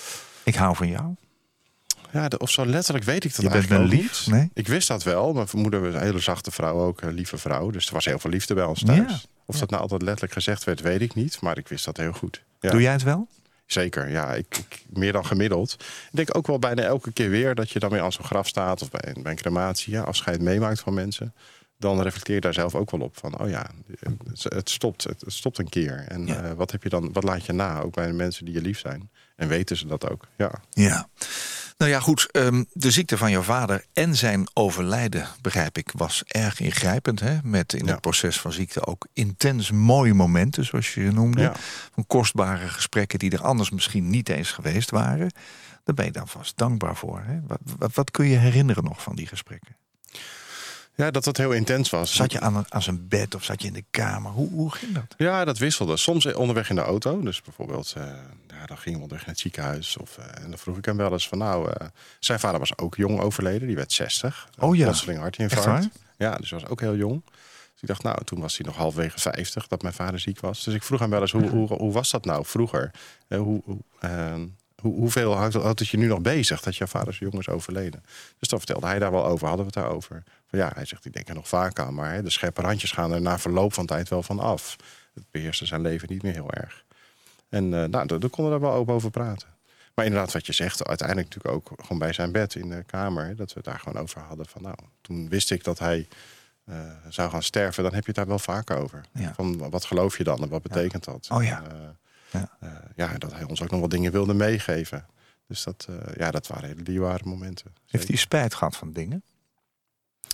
Ik hou van jou. Ja, de, of zo letterlijk weet ik dat je eigenlijk bent me lief? Nee? Ik wist dat wel. Mijn moeder was een hele zachte vrouw ook. Een lieve vrouw. Dus er was heel veel liefde bij ons thuis. Ja. Of ja. dat nou altijd letterlijk gezegd werd, weet ik niet. Maar ik wist dat heel goed. Ja. Doe jij het wel? Zeker, ja. Ik, ik, meer dan gemiddeld. Ik denk ook wel bijna elke keer weer dat je dan weer aan zo'n graf staat. Of bij, bij een crematie, ja, afscheid meemaakt van mensen. Dan reflecteer je daar zelf ook wel op. Van, oh ja, het stopt, het stopt een keer. En ja. uh, wat, heb je dan, wat laat je na? Ook bij de mensen die je lief zijn. En weten ze dat ook, ja. Ja. Nou ja, goed. Um, de ziekte van jouw vader en zijn overlijden, begrijp ik, was erg ingrijpend. Hè? Met in ja. het proces van ziekte ook intens mooie momenten, zoals je noemde. Ja. Van kostbare gesprekken die er anders misschien niet eens geweest waren. Daar ben je dan vast dankbaar voor. Hè? Wat, wat, wat kun je herinneren nog van die gesprekken? Ja, dat dat heel intens was. Zat je aan, aan zijn bed of zat je in de kamer? Hoe, hoe ging dat? Ja, dat wisselde. Soms onderweg in de auto. Dus bijvoorbeeld, uh, ja, dan gingen we onderweg naar het ziekenhuis. Of, uh, en dan vroeg ik hem wel eens van nou... Uh, zijn vader was ook jong overleden. Die werd zestig. Oh ja. Plotseling hartinfarct. Ja, dus was ook heel jong. Dus ik dacht, nou, toen was hij nog halfwege vijftig dat mijn vader ziek was. Dus ik vroeg hem wel eens, hoe, hoe, hoe was dat nou vroeger? Uh, hoe... hoe uh, Hoe, hoeveel houdt het je nu nog bezig dat jouw vader zo jong is overleden? Dus dan vertelde hij daar wel over, hadden we het daarover. Van ja, hij zegt, ik denk er nog vaak aan. Maar hè, de scherpe randjes gaan er na verloop van tijd wel van af. Het beheerste zijn leven niet meer heel erg. En uh, nou, daar konden we er wel open over praten. Maar inderdaad, wat je zegt, uiteindelijk natuurlijk ook gewoon bij zijn bed in de kamer. Dat we het daar gewoon over hadden. Van nou, toen wist ik dat hij uh, zou gaan sterven. Dan heb je het daar wel vaak over. Ja. Van wat geloof je dan en wat betekent ja. dat? Oh ja. Uh, Ja. Uh, ja, dat hij ons ook nog wat dingen wilde meegeven. Dus dat, uh, ja, dat waren hele dierbare momenten. Heeft hij spijt gehad van dingen?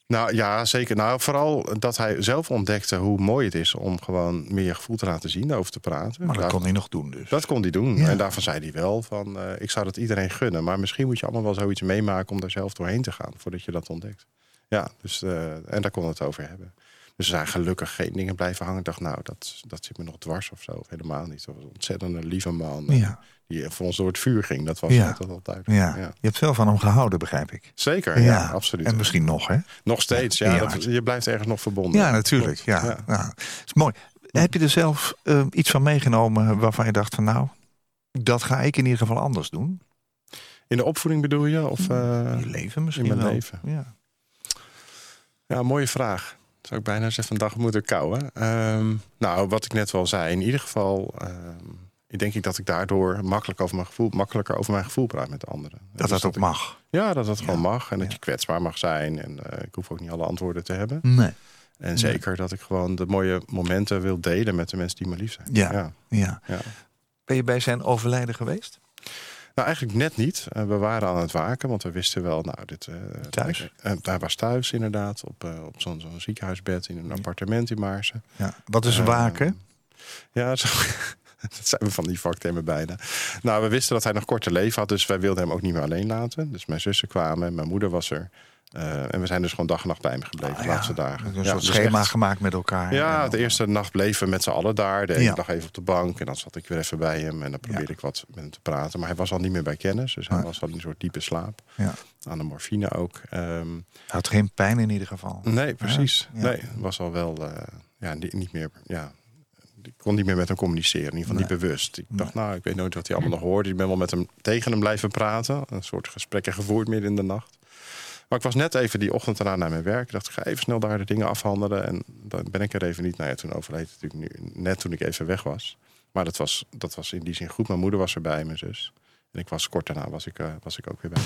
Nou ja, zeker. Nou, vooral dat hij zelf ontdekte hoe mooi het is om gewoon meer gevoel te laten zien, over te praten. Maar dat Daar, kon hij nog doen dus. Dat kon hij doen. Ja. En daarvan zei hij wel van, uh, ik zou dat iedereen gunnen. Maar misschien moet je allemaal wel zoiets meemaken om daar zelf doorheen te gaan, voordat je dat ontdekt. Ja, dus, uh, en daar kon het over hebben. Dus er zijn gelukkig geen dingen blijven hangen. Ik dacht, nou, dat, dat zit me nog dwars of zo. Helemaal niet. Dat was een ontzettend lieve man. Ja. Die voor ons door het vuur ging. Dat was ja. altijd al duidelijk. Ja. Ja. Je hebt veel van hem gehouden, begrijp ik. Zeker, ja, ja absoluut. En misschien nog, hè? Nog steeds, ja. ja. Dat, je blijft ergens nog verbonden. Ja, natuurlijk. Ja. Ja. Ja. Dat is mooi. Heb je er zelf uh, iets van meegenomen waarvan je dacht van nou, dat ga ik in ieder geval anders doen? In de opvoeding bedoel je? Of, uh, in je leven misschien in mijn wel. leven. Ja. Ja, mooie vraag. Zou ik bijna eens even een dag moeten kouwen. Um, nou, wat ik net wel zei. In ieder geval, um, ik denk ik dat ik daardoor makkelijk over mijn gevoel, makkelijker over mijn gevoel praat met anderen. Dat dus dat ook ik, mag. Ja, dat dat ja. gewoon mag. En dat ja. je kwetsbaar mag zijn. En uh, ik hoef ook niet alle antwoorden te hebben. Nee. En nee. zeker dat ik gewoon de mooie momenten wil delen met de mensen die me lief zijn. Ja. Ja. Ja. Ja. Ben je bij zijn overlijden geweest? Nou, eigenlijk net niet. Uh, we waren aan het waken, want we wisten wel... Nou, dit, uh, thuis? Uh, hij was thuis inderdaad, op, uh, op zo'n zo'n ziekenhuisbed in een appartement in Maarsen. Ja. Wat is waken? Uh, ja, zo, dat zijn we van die vaktermen bijna. Nou, we wisten dat hij nog korte leven had, dus wij wilden hem ook niet meer alleen laten. Dus mijn zussen kwamen, mijn moeder was er. Uh, en we zijn dus gewoon dag en nacht bij hem gebleven, ah, de laatste ja. dagen. Een ja, soort dus schema echt, gemaakt met elkaar. Ja, de eerste nacht bleven we met z'n allen daar. De ene ja. dag even op de bank. En dan zat ik weer even bij hem. En dan probeerde ja. ik wat met hem te praten. Maar hij was al niet meer bij kennis. Dus hij ah. was al in een soort diepe slaap. Ja. Aan de morfine ook. Um, hij had geen pijn in ieder geval. Nee, precies. Ja. Nee, was al wel uh, ja, niet, niet meer... Ja, ik kon niet meer met hem communiceren. In ieder geval nee. niet bewust. Ik nee. dacht, nou, ik weet nooit wat hij allemaal nog hoorde. Ik ben wel met hem tegen hem blijven praten. Een soort gesprekken gevoerd midden in de nacht. Maar ik was net even die ochtend daarna naar mijn werk. Ik dacht, ik ga even snel daar de dingen afhandelen. En dan ben ik er even niet. Nou ja, toen overleed het natuurlijk nu, net toen ik even weg was. Maar dat was, dat was in die zin goed. Mijn moeder was erbij, mijn zus. En ik was kort daarna was ik, uh, was ik ook weer bij.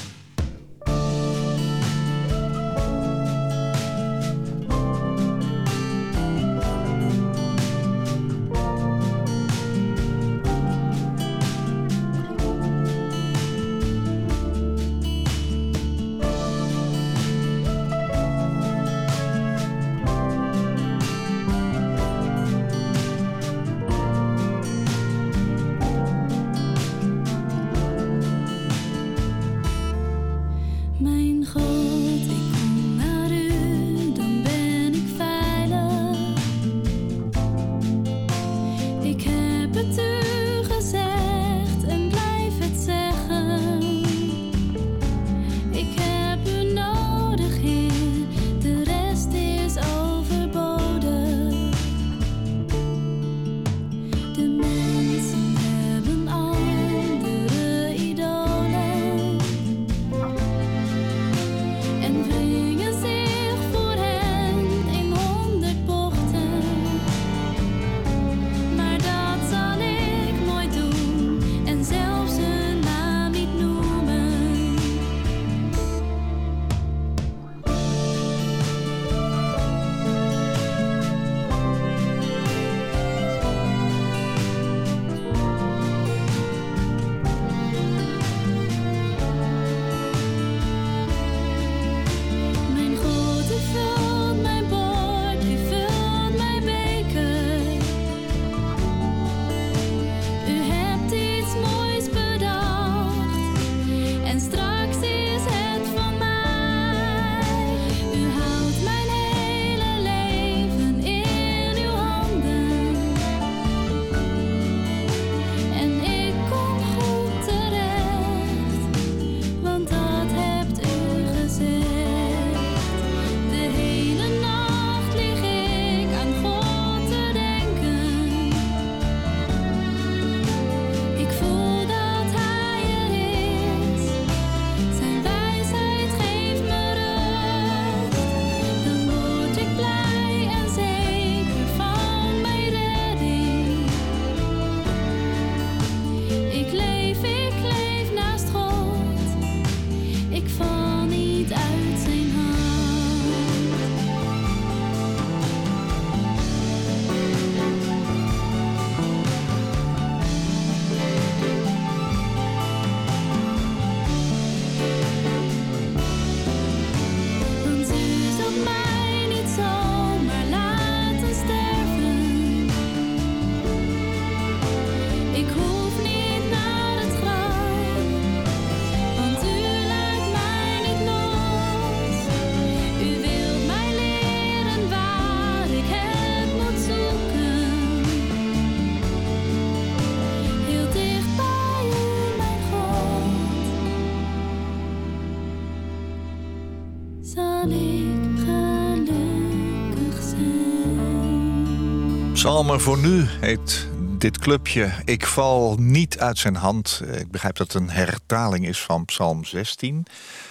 Psalmen voor nu heet dit clubje. Ik val niet uit zijn hand. Ik begrijp dat het een hertaling is van Psalm zestien.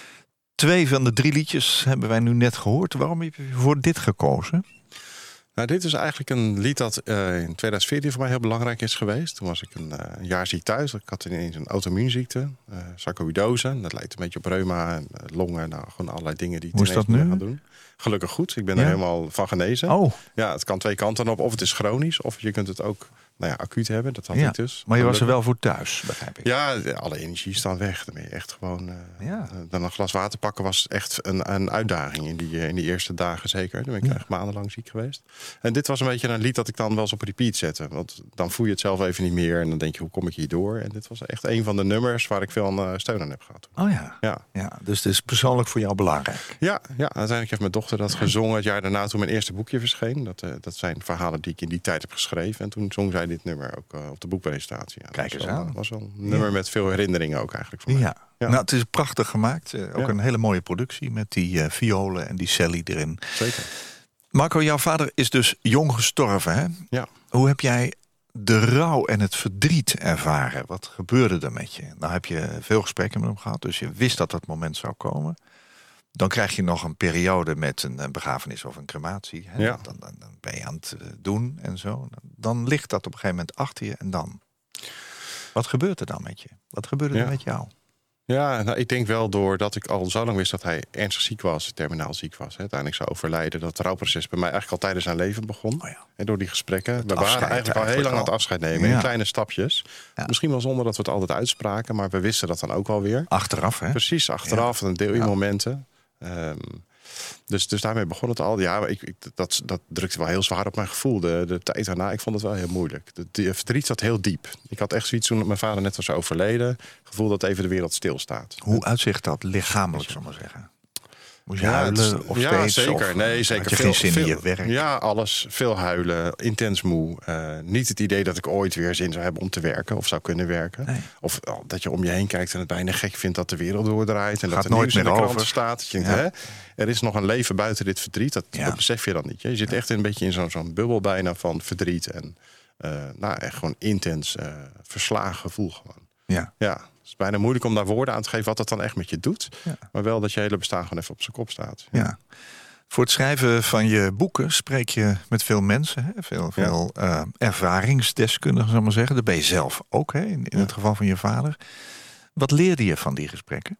Twee van de drie liedjes hebben wij nu net gehoord. Waarom heb je voor dit gekozen? Nou, dit is eigenlijk een lied dat uh, in twintig veertien voor mij heel belangrijk is geweest. Toen was ik een, uh, een jaar ziek thuis. Ik had ineens een auto-immuunziekte, uh, sarcoïdose. Dat lijkt een beetje op reuma en uh, longen. Nou, gewoon allerlei dingen die Hoe is dat nu? gaan doen. Gelukkig goed. Ik ben ja? er helemaal van genezen. Oh. Ja, het kan twee kanten op. Of het is chronisch, of je kunt het ook nou ja, acuut hebben. Dat had ja, ik dus. Maar je was er wel voor thuis, begrijp ik. Ja, alle energie is dan weg. Dan ben je echt gewoon... Uh, ja. uh, dan een glas water pakken was echt een, een uitdaging in die, uh, in die eerste dagen zeker. Toen ben ik ja. echt maandenlang ziek geweest. En dit was een beetje een lied dat ik dan wel eens op repeat zette. Want dan voel je het zelf even niet meer. En dan denk je, hoe kom ik hier door? En dit was echt een van de nummers waar ik veel aan, uh, steun aan heb gehad. Oh ja. ja. ja. Dus het is persoonlijk voor jou belangrijk. Ja, ja, uiteindelijk heeft mijn dochter dat gezongen het jaar daarna toen mijn eerste boekje verscheen. Dat, uh, dat zijn verhalen die ik in die tijd heb geschreven. En toen zong zij dit nummer ook uh, op de boekpresentatie. Ja, Kijk eens aan. aan. Dat was wel een nummer ja. met veel herinneringen ook eigenlijk voor mij. Ja. Ja. Nou, het is prachtig gemaakt. Uh, ook ja. een hele mooie productie met die uh, violen en die Sally erin. Zeker. Marco, jouw vader is dus jong gestorven, hè? Ja. Hoe heb jij de rouw en het verdriet ervaren? Wat gebeurde er met je? Nou heb je veel gesprekken met hem gehad, dus je wist dat dat moment zou komen. Dan krijg je nog een periode met een, een begrafenis of een crematie. Hè? Ja. Dan, dan, dan ben je aan het doen en zo. Dan ligt dat op een gegeven moment achter je en dan? Wat gebeurt er dan met je? Wat gebeurde ja. er met jou? Ja, nou, ik denk wel doordat ik al zo lang wist dat hij ernstig ziek was, terminaal ziek was. Hè, uiteindelijk zou overlijden. Dat het rouwproces bij mij eigenlijk al tijdens zijn leven begon. Oh ja. En door die gesprekken. Het we waren eigenlijk, eigenlijk al heel lang aan het afscheid nemen. Ja. In kleine stapjes. Ja. Misschien wel zonder dat we het altijd uitspraken. Maar we wisten dat dan ook wel weer. Achteraf, hè? Precies, achteraf. Ja. Een deel in ja. momenten. Um, dus, dus daarmee begon het al. Ja, ik, ik, dat, dat drukte wel heel zwaar op mijn gevoel. De, de tijd daarna, ik vond het wel heel moeilijk. De, de verdriet zat heel diep. Ik had echt zoiets toen mijn vader net was overleden. Het gevoel dat even de wereld stilstaat. Hoe uitzicht dat lichamelijk, zal ik maar zeggen? Moest je ja, huilen het, of ja, steeds? Zeker. Of, nee, zeker. Had je veel, geen zin veel, in je werk? Ja, alles. Veel huilen. Intens moe. Uh, niet het idee dat ik ooit weer zin zou hebben om te werken. Of zou kunnen werken. Nee. Of oh, dat je om je heen kijkt en het bijna gek vindt dat de wereld doordraait. En Gaat dat er nooit nieuws in de over. krant staat. Dat je denkt, ja. hè, er is nog een leven buiten dit verdriet. Dat, ja. dat besef je dan niet. Je zit echt een beetje in zo'n zo'n bubbel bijna van verdriet. En uh, nou, echt gewoon intens uh, verslagen gevoel gewoon. Ja. Ja. Het is bijna moeilijk om daar woorden aan te geven wat dat dan echt met je doet. Ja. Maar wel dat je hele bestaan gewoon even op zijn kop staat. Ja. Ja. Voor het schrijven van je boeken spreek je met veel mensen. Hè? Veel, veel ja. uh, ervaringsdeskundigen, zal ik maar zeggen. Dat ben je zelf ook, hè? in, in ja. het geval van je vader. Wat leerde je van die gesprekken?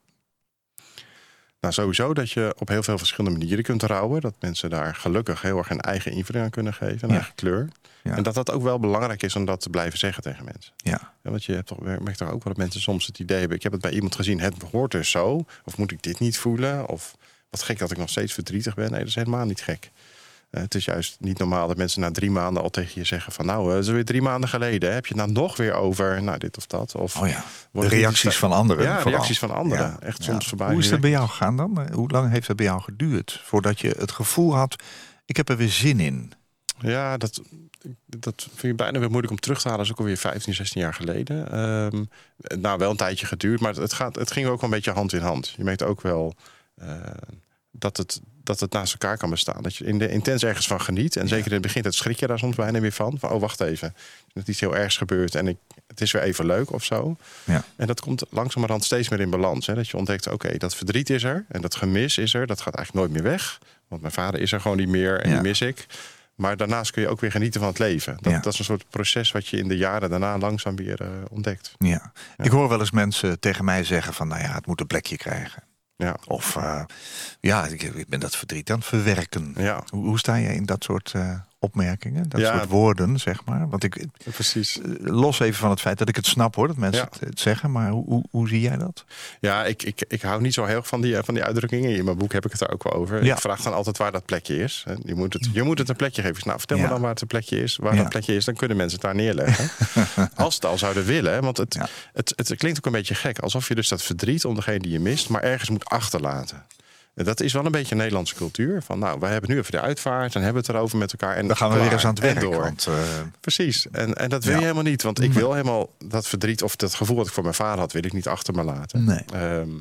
Nou, sowieso dat je op heel veel verschillende manieren kunt rouwen. Dat mensen daar gelukkig heel erg een eigen invulling aan kunnen geven. Een ja. eigen kleur. Ja. En dat dat ook wel belangrijk is om dat te blijven zeggen tegen mensen. Ja. Ja, want je hebt toch, merkt toch ook wel dat mensen soms het idee hebben... ik heb het bij iemand gezien, het hoort dus zo. Of moet ik dit niet voelen? Of wat gek dat ik nog steeds verdrietig ben. Nee, dat is helemaal niet gek. Uh, het is juist niet normaal dat mensen na drie maanden al tegen je zeggen... van nou, dat is weer drie maanden geleden. Heb je het nou nog weer over nou, dit of dat? Of oh ja, de reacties van anderen. Ja, vooral. reacties van anderen. Ja. Echt ja. soms voorbij. Hoe is dat bij jou gegaan dan? Hoe lang heeft het bij jou geduurd? Voordat je het gevoel had, ik heb er weer zin in. Ja, dat, dat vind ik bijna weer moeilijk om terug te halen. Dat is ook alweer vijftien, zestien jaar geleden. Um, nou, wel een tijdje geduurd. Maar het, gaat, het ging ook wel een beetje hand in hand. Je merkt ook wel uh, dat, het, dat het naast elkaar kan bestaan. Dat je in de intens ergens van geniet. En ja. zeker in het begin, het schrik je daar soms bijna weer van. Van, oh, wacht even. Dat iets heel ergs gebeurt en ik, het is weer even leuk of zo. Ja. En dat komt langzamerhand steeds meer in balans. Hè? Dat je ontdekt, oké, okay, dat verdriet is er. En dat gemis is er. Dat gaat eigenlijk nooit meer weg. Want mijn vader is er gewoon niet meer en ja. die mis ik. Maar daarnaast kun je ook weer genieten van het leven. Dat, ja. dat is een soort proces wat je in de jaren daarna langzaam weer uh, ontdekt. Ja. Ja. Ik hoor wel eens mensen tegen mij zeggen van... nou ja, het moet een plekje krijgen. Ja. Of uh, ja, ik, ik ben dat verdriet aan het verwerken. Ja. Hoe, hoe sta je in dat soort uh, opmerkingen? Dat ja. soort woorden, zeg maar. Want ik, Precies. Los even van het feit dat ik het snap hoor, dat mensen ja. het zeggen. Maar hoe, hoe, hoe zie jij dat? Ja, ik, ik, ik hou niet zo heel erg van die, van die uitdrukkingen. In mijn boek heb ik het er ook wel over. Ja. Ik vraag dan altijd waar dat plekje is. Je moet het, je moet het een plekje geven. Nou, vertel ja. me dan waar het een plekje is. Waar ja. dat plekje is, dan kunnen mensen het daar neerleggen. Als ze het al zouden willen. Want het, ja. het, het, het klinkt ook een beetje gek. Alsof je dus dat verdriet om degene die je mist... maar ergens moet achterlaten. Dat is wel een beetje een Nederlandse cultuur. Van nou, wij hebben nu even de uitvaart en hebben het erover met elkaar. En dan gaan we klaar, weer eens aan het werk. Door. Want, uh... Precies. En, en dat wil ja. je helemaal niet. Want ik wil helemaal dat verdriet of dat gevoel dat ik voor mijn vader had... wil ik niet achter me laten. Nee. Um,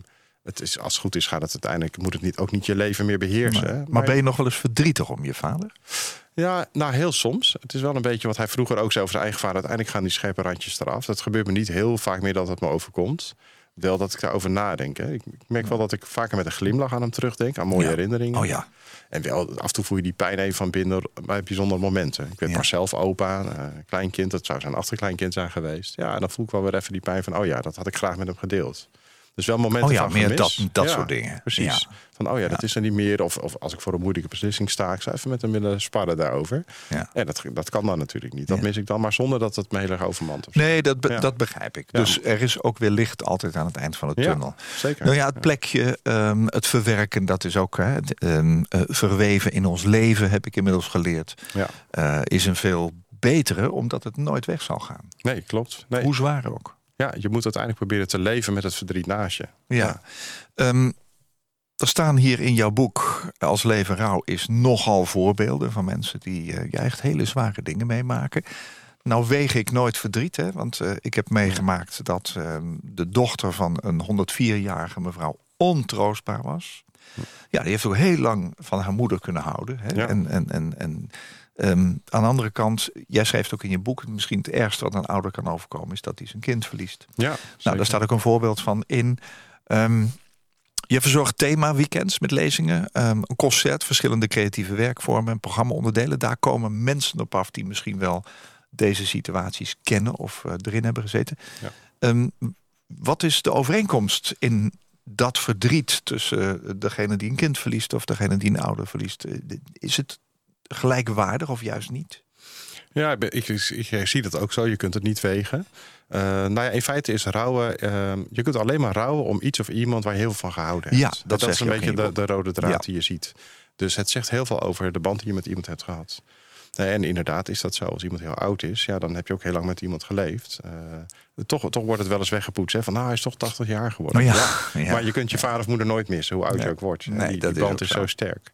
het is, als het goed is, gaat het uiteindelijk, moet het niet, ook niet je leven meer beheersen. Maar, maar, maar ben je nog wel eens verdrietig om je vader? Ja, nou heel soms. Het is wel een beetje wat hij vroeger ook zei over zijn eigen vader. Uiteindelijk gaan die scherpe randjes eraf. Dat gebeurt me niet heel vaak meer dat het me overkomt. Wel dat ik daarover nadenk. Hè. Ik merk wel dat ik vaker met een glimlach aan hem terugdenk. Aan mooie ja. herinneringen. Oh ja. En wel, af en toe voel je die pijn even van binnen bij bijzondere momenten. Ik werd ja. maar zelf opa, een kleinkind. Dat zou zijn achterkleinkind zijn geweest. Ja, en dan voel ik wel weer even die pijn van... oh ja, dat had ik graag met hem gedeeld. Dus wel momenten oh ja, van meer gemis. dat, dat ja, soort dingen. Precies. Ja. Van, oh ja, dat ja. is er niet meer. Of, of als ik voor een moeilijke beslissing sta... ik zou even met hem willen sparren daarover. Ja. Ja, dat, dat kan dan natuurlijk niet. Dat ja. mis ik dan, maar zonder dat het me heel erg overmant. Nee, dat, be, ja. dat begrijp ik. Ja. Dus er is ook weer licht altijd aan het eind van de tunnel. Ja, zeker. Nou ja, het plekje, um, het verwerken... dat is ook hè, um, uh, verweven in ons leven... heb ik inmiddels geleerd. Ja. Uh, is een veel betere, omdat het nooit weg zal gaan. Nee, klopt. Nee. Hoe zwaar ook. Ja, je moet uiteindelijk proberen te leven met het verdriet naast je. Ja. ja. Um, er staan hier in jouw boek, Als leven rouw is, nogal voorbeelden van mensen die uh, ja, echt hele zware dingen meemaken. Nou weeg ik nooit verdriet, hè, want uh, ik heb meegemaakt dat uh, de dochter van een honderdvierjarige mevrouw ontroostbaar was. Ja, die heeft ook heel lang van haar moeder kunnen houden. Hè, ja. En, en, en, en Um, aan de andere kant, jij schrijft ook in je boek... misschien het ergste wat een ouder kan overkomen... is dat hij zijn kind verliest. Ja, nou, daar staat ook een voorbeeld van in. Um, je verzorgt thema-weekends met lezingen. Um, een concert, verschillende creatieve werkvormen... en programma-onderdelen. Daar komen mensen op af die misschien wel... deze situaties kennen of uh, erin hebben gezeten. Ja. Um, wat is de overeenkomst in dat verdriet... tussen uh, degene die een kind verliest... of degene die een ouder verliest? Uh, is het... gelijkwaardig of juist niet? Ja, ik, ik, ik zie dat ook zo. Je kunt het niet wegen. Uh, nou ja, in feite is rouwen... Uh, je kunt alleen maar rouwen om iets of iemand waar je heel veel van gehouden hebt. Ja, dat, dat is een beetje de, boek. de rode draad ja. die je ziet. Dus het zegt heel veel over de band die je met iemand hebt gehad. Uh, en inderdaad is dat zo. Als iemand heel oud is, ja, dan heb je ook heel lang met iemand geleefd. Uh, toch, toch wordt het wel eens weggepoetst. Hè? Van, nou, hij is toch tachtig jaar geworden. Oh ja. Ja. Ja. Maar je kunt je vader of moeder nooit missen, hoe oud nee. je ook wordt. Nee, die, dat die band is, is zo sterk.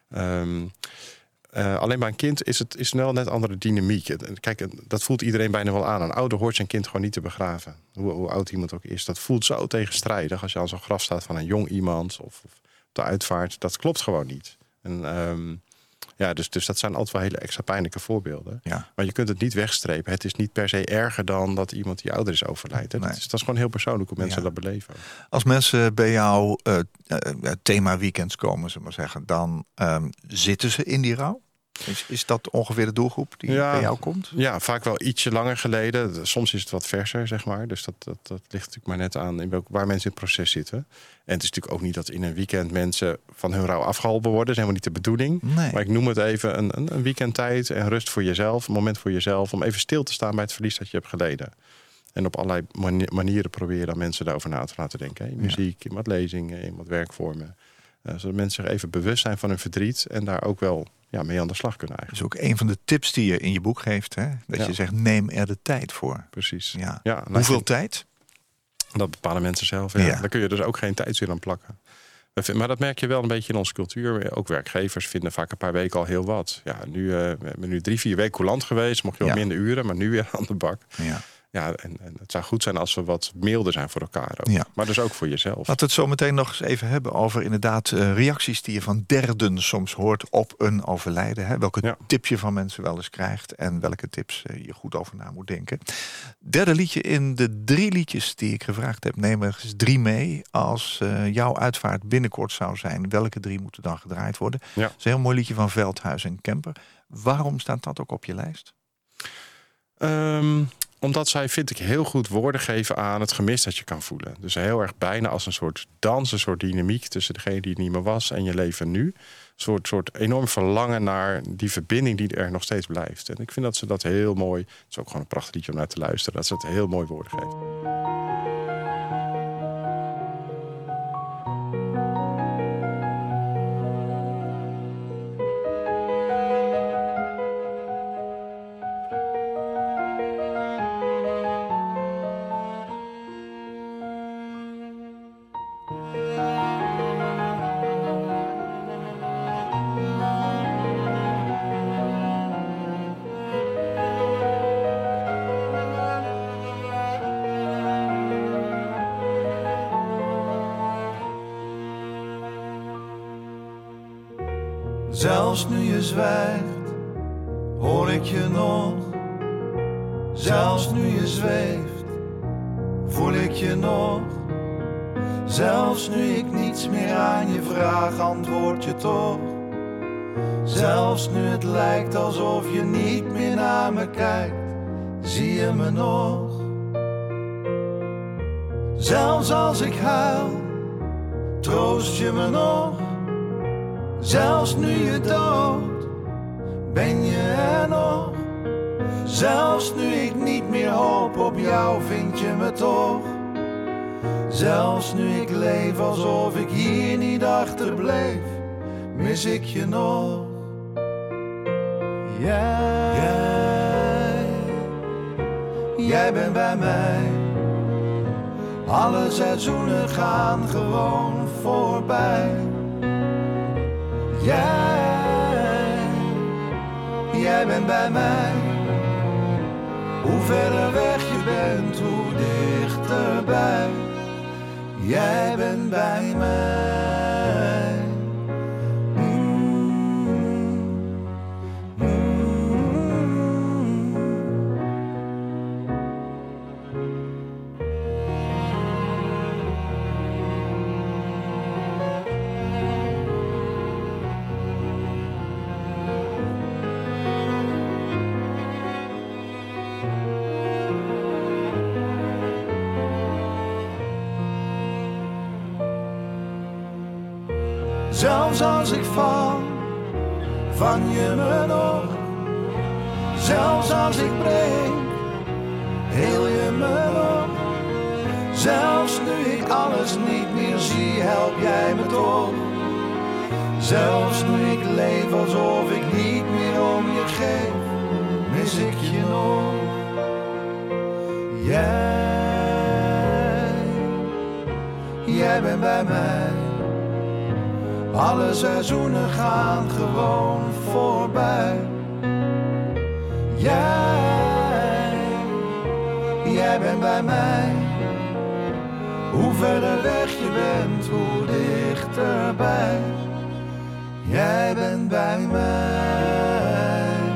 Um, Uh, alleen bij een kind is het is wel net andere dynamiek. Kijk, dat voelt iedereen bijna wel aan. Een ouder hoort zijn kind gewoon niet te begraven. Hoe, hoe oud iemand ook is. Dat voelt zo tegenstrijdig. Als je aan zo'n graf staat van een jong iemand... of, of op de uitvaart, dat klopt gewoon niet. En, um, ja, dus, dus dat zijn altijd wel hele extra pijnlijke voorbeelden. Ja. Maar je kunt het niet wegstrepen. Het is niet per se erger dan dat iemand die ouder is overlijdt. Nee. Dat, is, dat is gewoon heel persoonlijk hoe mensen ja. dat beleven. Als mensen bij jou uh, uh, thema weekends komen, zullen we maar zeggen... dan um, zitten ze in die rouw? Is, is dat ongeveer de doelgroep die ja, bij jou komt? Ja, vaak wel ietsje langer geleden. Soms is het wat verser, zeg maar. Dus dat, dat, dat ligt natuurlijk maar net aan in welk, waar mensen in het proces zitten. En het is natuurlijk ook niet dat in een weekend mensen van hun rouw afgeholpen worden. Dat is helemaal niet de bedoeling. Nee. Maar ik noem het even een, een, een weekendtijd en rust voor jezelf. Een moment voor jezelf om even stil te staan bij het verlies dat je hebt geleden. En op allerlei manieren proberen dan mensen daarover na te laten denken. In muziek, in wat lezingen, in wat werkvormen. Uh, zodat mensen zich even bewust zijn van hun verdriet en daar ook wel ja, mee aan de slag kunnen eigenlijk. Dat is ook een van de tips die je in je boek geeft. Hè? Dat ja. je zegt, neem er de tijd voor. Precies. Ja. Ja, hoeveel je, tijd? Dat bepalen mensen zelf. Ja. Ja. Daar kun je dus ook geen tijdsduur aan plakken. Maar dat merk je wel een beetje in onze cultuur. Ook werkgevers vinden vaak een paar weken al heel wat. Ja, nu, uh, we hebben nu drie, vier weken coulant geweest. Mocht je wel ja. minder uren, maar nu weer aan de bak. Ja. Ja, en, en het zou goed zijn als we wat milder zijn voor elkaar. Ook. Ja. Maar dus ook voor jezelf. Laten we het zo meteen nog eens even hebben over inderdaad uh, reacties die je van derden soms hoort op een overlijden. Hè? Welke ja. tip je van mensen wel eens krijgt en welke tips uh, je goed over na moet denken. Derde liedje in de drie liedjes die ik gevraagd heb. Neem er eens drie mee. Als uh, jouw uitvaart binnenkort zou zijn, welke drie moeten dan gedraaid worden? Ja. Dat is een heel mooi liedje van Veldhuis en Kemper. Waarom staat dat ook op je lijst? Um... Omdat zij, vind ik, heel goed woorden geven aan het gemis dat je kan voelen. Dus heel erg bijna als een soort dans, een soort dynamiek tussen degene die het niet meer was en je leven nu. Een soort, soort enorm verlangen naar die verbinding die er nog steeds blijft. En ik vind dat ze dat heel mooi, het is ook gewoon een prachtig liedje om naar te luisteren, dat ze het heel mooi woorden geven. Zelfs nu je zwijgt, hoor ik je nog. Zelfs nu je zweeft, voel ik je nog. Zelfs nu ik niets meer aan je vraag, antwoord je toch. Zelfs nu het lijkt alsof je niet meer naar me kijkt, zie je me nog. Zelfs als ik huil, troost je me nog. Zelfs nu je dood, ben je er nog. Zelfs nu ik niet meer hoop op jou, vind je me toch. Zelfs nu ik leef alsof ik hier niet achterbleef, mis ik je nog. Jij, jij, jij bent bij mij. Alle seizoenen gaan gewoon voorbij. Jij, jij bent bij mij. Hoe verder weg je bent, hoe dichterbij. Jij bent bij mij. Mm, mm. Zelfs als ik val, vang je me nog. Zelfs als ik breek, heel je me nog. Zelfs nu ik alles niet meer zie, help jij me toch. Zelfs nu ik leef alsof ik niet meer om je geef, mis ik je nog. Jij, jij bent bij mij. Alle seizoenen gaan gewoon voorbij. Jij, jij bent bij mij. Hoe verder weg je bent, hoe dichterbij. Jij bent bij mij.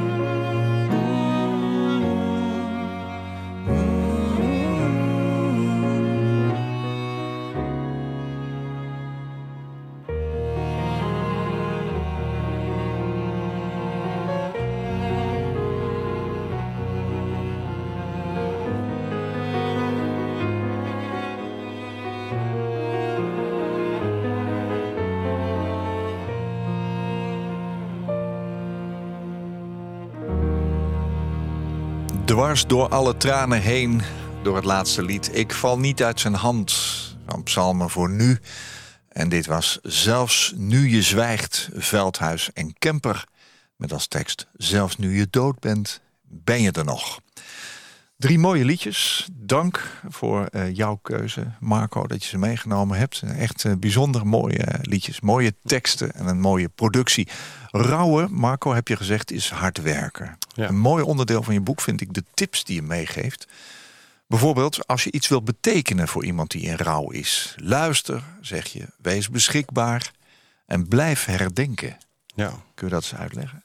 Dwars door alle tranen heen, door het laatste lied. Ik val niet uit zijn hand, van Psalmen voor nu. En dit was Zelfs nu je zwijgt, Veldhuis en Kemper. Met als tekst, zelfs nu je dood bent, ben je er nog. Drie mooie liedjes. Dank voor uh, jouw keuze, Marco, dat je ze meegenomen hebt. Echt uh, bijzonder mooie uh, liedjes, mooie teksten en een mooie productie. Rouwen, Marco, heb je gezegd, is hard werken. Ja. Een mooi onderdeel van je boek vind ik de tips die je meegeeft. Bijvoorbeeld als je iets wilt betekenen voor iemand die in rouw is. Luister, zeg je, wees beschikbaar en blijf herdenken. Ja. Kun je dat eens uitleggen?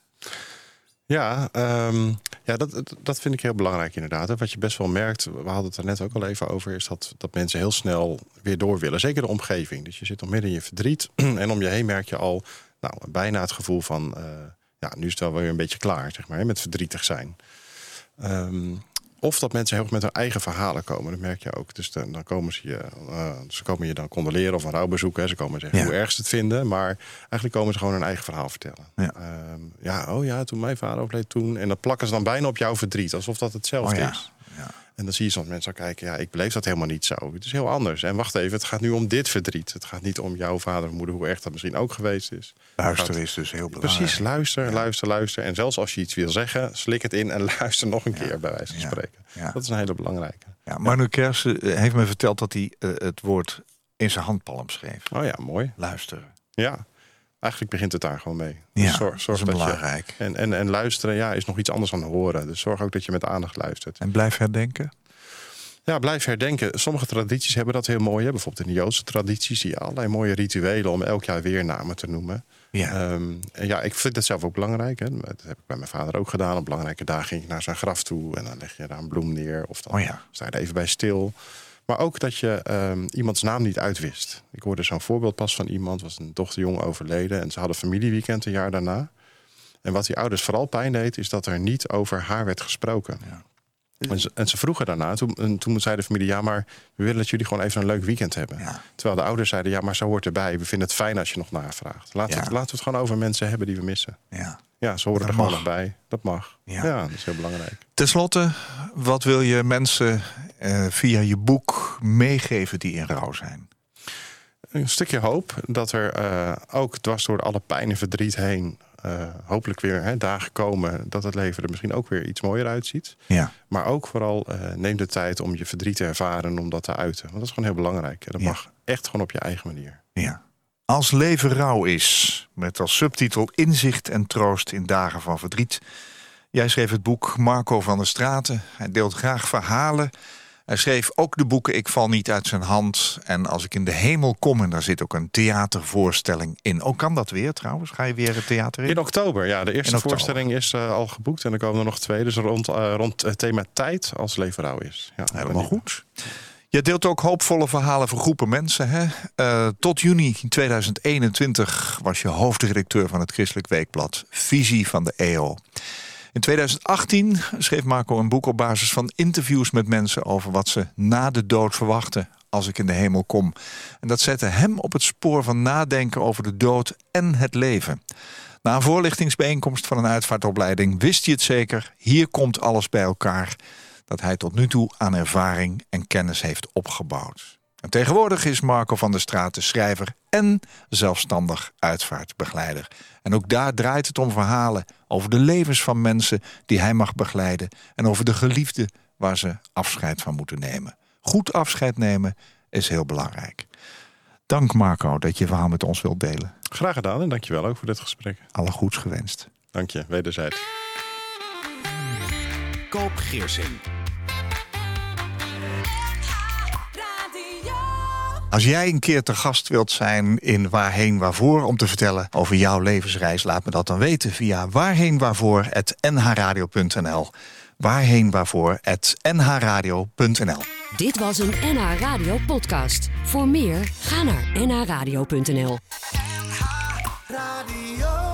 Ja, um, ja dat, dat vind ik heel belangrijk inderdaad. Hè. Wat je best wel merkt, we hadden het er net ook al even over, is dat, dat mensen heel snel weer door willen. Zeker de omgeving. Dus je zit nog midden in je verdriet en om je heen merk je al nou, bijna het gevoel van, uh, ja, nu is het wel weer een beetje klaar, zeg maar, met verdrietig zijn. Um, Of dat mensen heel erg met hun eigen verhalen komen. Dat merk je ook. Dus dan, dan komen ze je, uh, ze komen je dan condoleren of een rouw bezoeken. Ze komen zeggen ja. hoe erg ze het vinden. Maar eigenlijk komen ze gewoon hun eigen verhaal vertellen. Ja, um, ja oh ja, toen mijn vader overleed toen. En dat plakken ze dan bijna op jouw verdriet. Alsof dat hetzelfde oh ja. is. Ja. En dan zie je soms mensen al kijken, ja, ik beleef dat helemaal niet zo. Het is heel anders. En wacht even, het gaat nu om dit verdriet. Het gaat niet om jouw vader of moeder, hoe erg dat misschien ook geweest is. Luisteren gaat... is dus heel belangrijk. Precies, luister, ja. luister, luister. En zelfs als je iets wil zeggen, slik het in en luister nog een ja. keer, bij wijze van ja. spreken. Ja. Dat is een hele belangrijke. Ja, Manu Kersen heeft me verteld dat hij uh, het woord in zijn handpalm schreef. Oh ja, mooi. Luisteren. Ja. Eigenlijk begint het daar gewoon mee. Ja, dus zorg, zorg dat is dat belangrijk. Je, en, en, en luisteren ja, is nog iets anders dan horen. Dus zorg ook dat je met aandacht luistert. En blijf herdenken? Ja, blijf herdenken. Sommige tradities hebben dat heel mooi. Hè? Bijvoorbeeld in de Joodse tradities zie je allerlei mooie rituelen om elk jaar weer namen te noemen. Ja. Um, en ja, ik vind dat zelf ook belangrijk. Hè? Dat heb ik bij mijn vader ook gedaan. Op belangrijke dagen ging ik naar zijn graf toe en dan leg je daar een bloem neer. Of dan oh ja. sta je er even bij stil. Maar ook dat je um, iemands naam niet uitwist. Ik hoorde zo'n voorbeeld pas van iemand. Was een dochter jong overleden. En ze hadden familieweekend een jaar daarna. En wat die ouders vooral pijn deed, is dat er niet over haar werd gesproken. Ja. En, ze, en ze vroegen daarna, toen, en toen zei de familie, ja, maar we willen dat jullie gewoon even een leuk weekend hebben. Ja. Terwijl de ouders zeiden, ja, maar zo hoort erbij. We vinden het fijn als je nog navraagt. Laten, ja. we, laten we het gewoon over mensen hebben die we missen. Ja, ja ze horen dat er mag. gewoon nog bij. Dat mag. Ja. ja, dat is heel belangrijk. Ten slotte, wat wil je mensen uh, via je boek meegeven die in rouw zijn? Een stukje hoop dat er uh, ook dwars door alle pijn en verdriet heen Uh, hopelijk weer hè, dagen komen dat het leven er misschien ook weer iets mooier uitziet. Ja. Maar ook vooral uh, neem de tijd om je verdriet te ervaren en om dat te uiten. Want dat is gewoon heel belangrijk. Dat ja. mag echt gewoon op je eigen manier. Ja. Als leven rouw is, met als subtitel Inzicht en troost in dagen van verdriet. Jij schreef het boek Marco van der Straten. Hij deelt graag verhalen. Hij schreef ook de boeken Ik val niet uit zijn hand en Als ik in de hemel kom. En daar zit ook een theatervoorstelling in. Ook kan dat weer trouwens? Ga je weer het theater in? In oktober, ja. De eerste voorstelling is uh, al geboekt en er komen er nog twee. Dus rond, uh, rond het thema tijd als leven rouw is. Ja, helemaal goed. Je deelt ook hoopvolle verhalen voor groepen mensen. Hè? Uh, tot juni tweeduizend eenentwintig was je hoofdredacteur van het Christelijk Weekblad Visie van de E O. In tweeduizend achttien schreef Marco een boek op basis van interviews met mensen over wat ze na de dood verwachten als ik in de hemel kom. En dat zette hem op het spoor van nadenken over de dood en het leven. Na een voorlichtingsbijeenkomst van een uitvaartopleiding wist hij het zeker. Hier komt alles bij elkaar dat hij tot nu toe aan ervaring en kennis heeft opgebouwd. En tegenwoordig is Marco van der Straten schrijver en zelfstandig uitvaartbegeleider. En ook daar draait het om verhalen over de levens van mensen die hij mag begeleiden en over de geliefden waar ze afscheid van moeten nemen. Goed afscheid nemen is heel belangrijk. Dank Marco dat je je verhaal met ons wilt delen. Graag gedaan en dankjewel ook voor dit gesprek. Alle goeds gewenst. Dank je, wederzijds. Koop Geersing. Als jij een keer te gast wilt zijn in Waarheen Waarvoor om te vertellen over jouw levensreis, laat me dat dan weten via waarheenwaarvoor apenstaartje n h radio punt n l. waarheenwaarvoor apenstaartje n h radio punt n l. Dit was een N H Radio podcast. Voor meer, ga naar n h radio punt n l. Radio.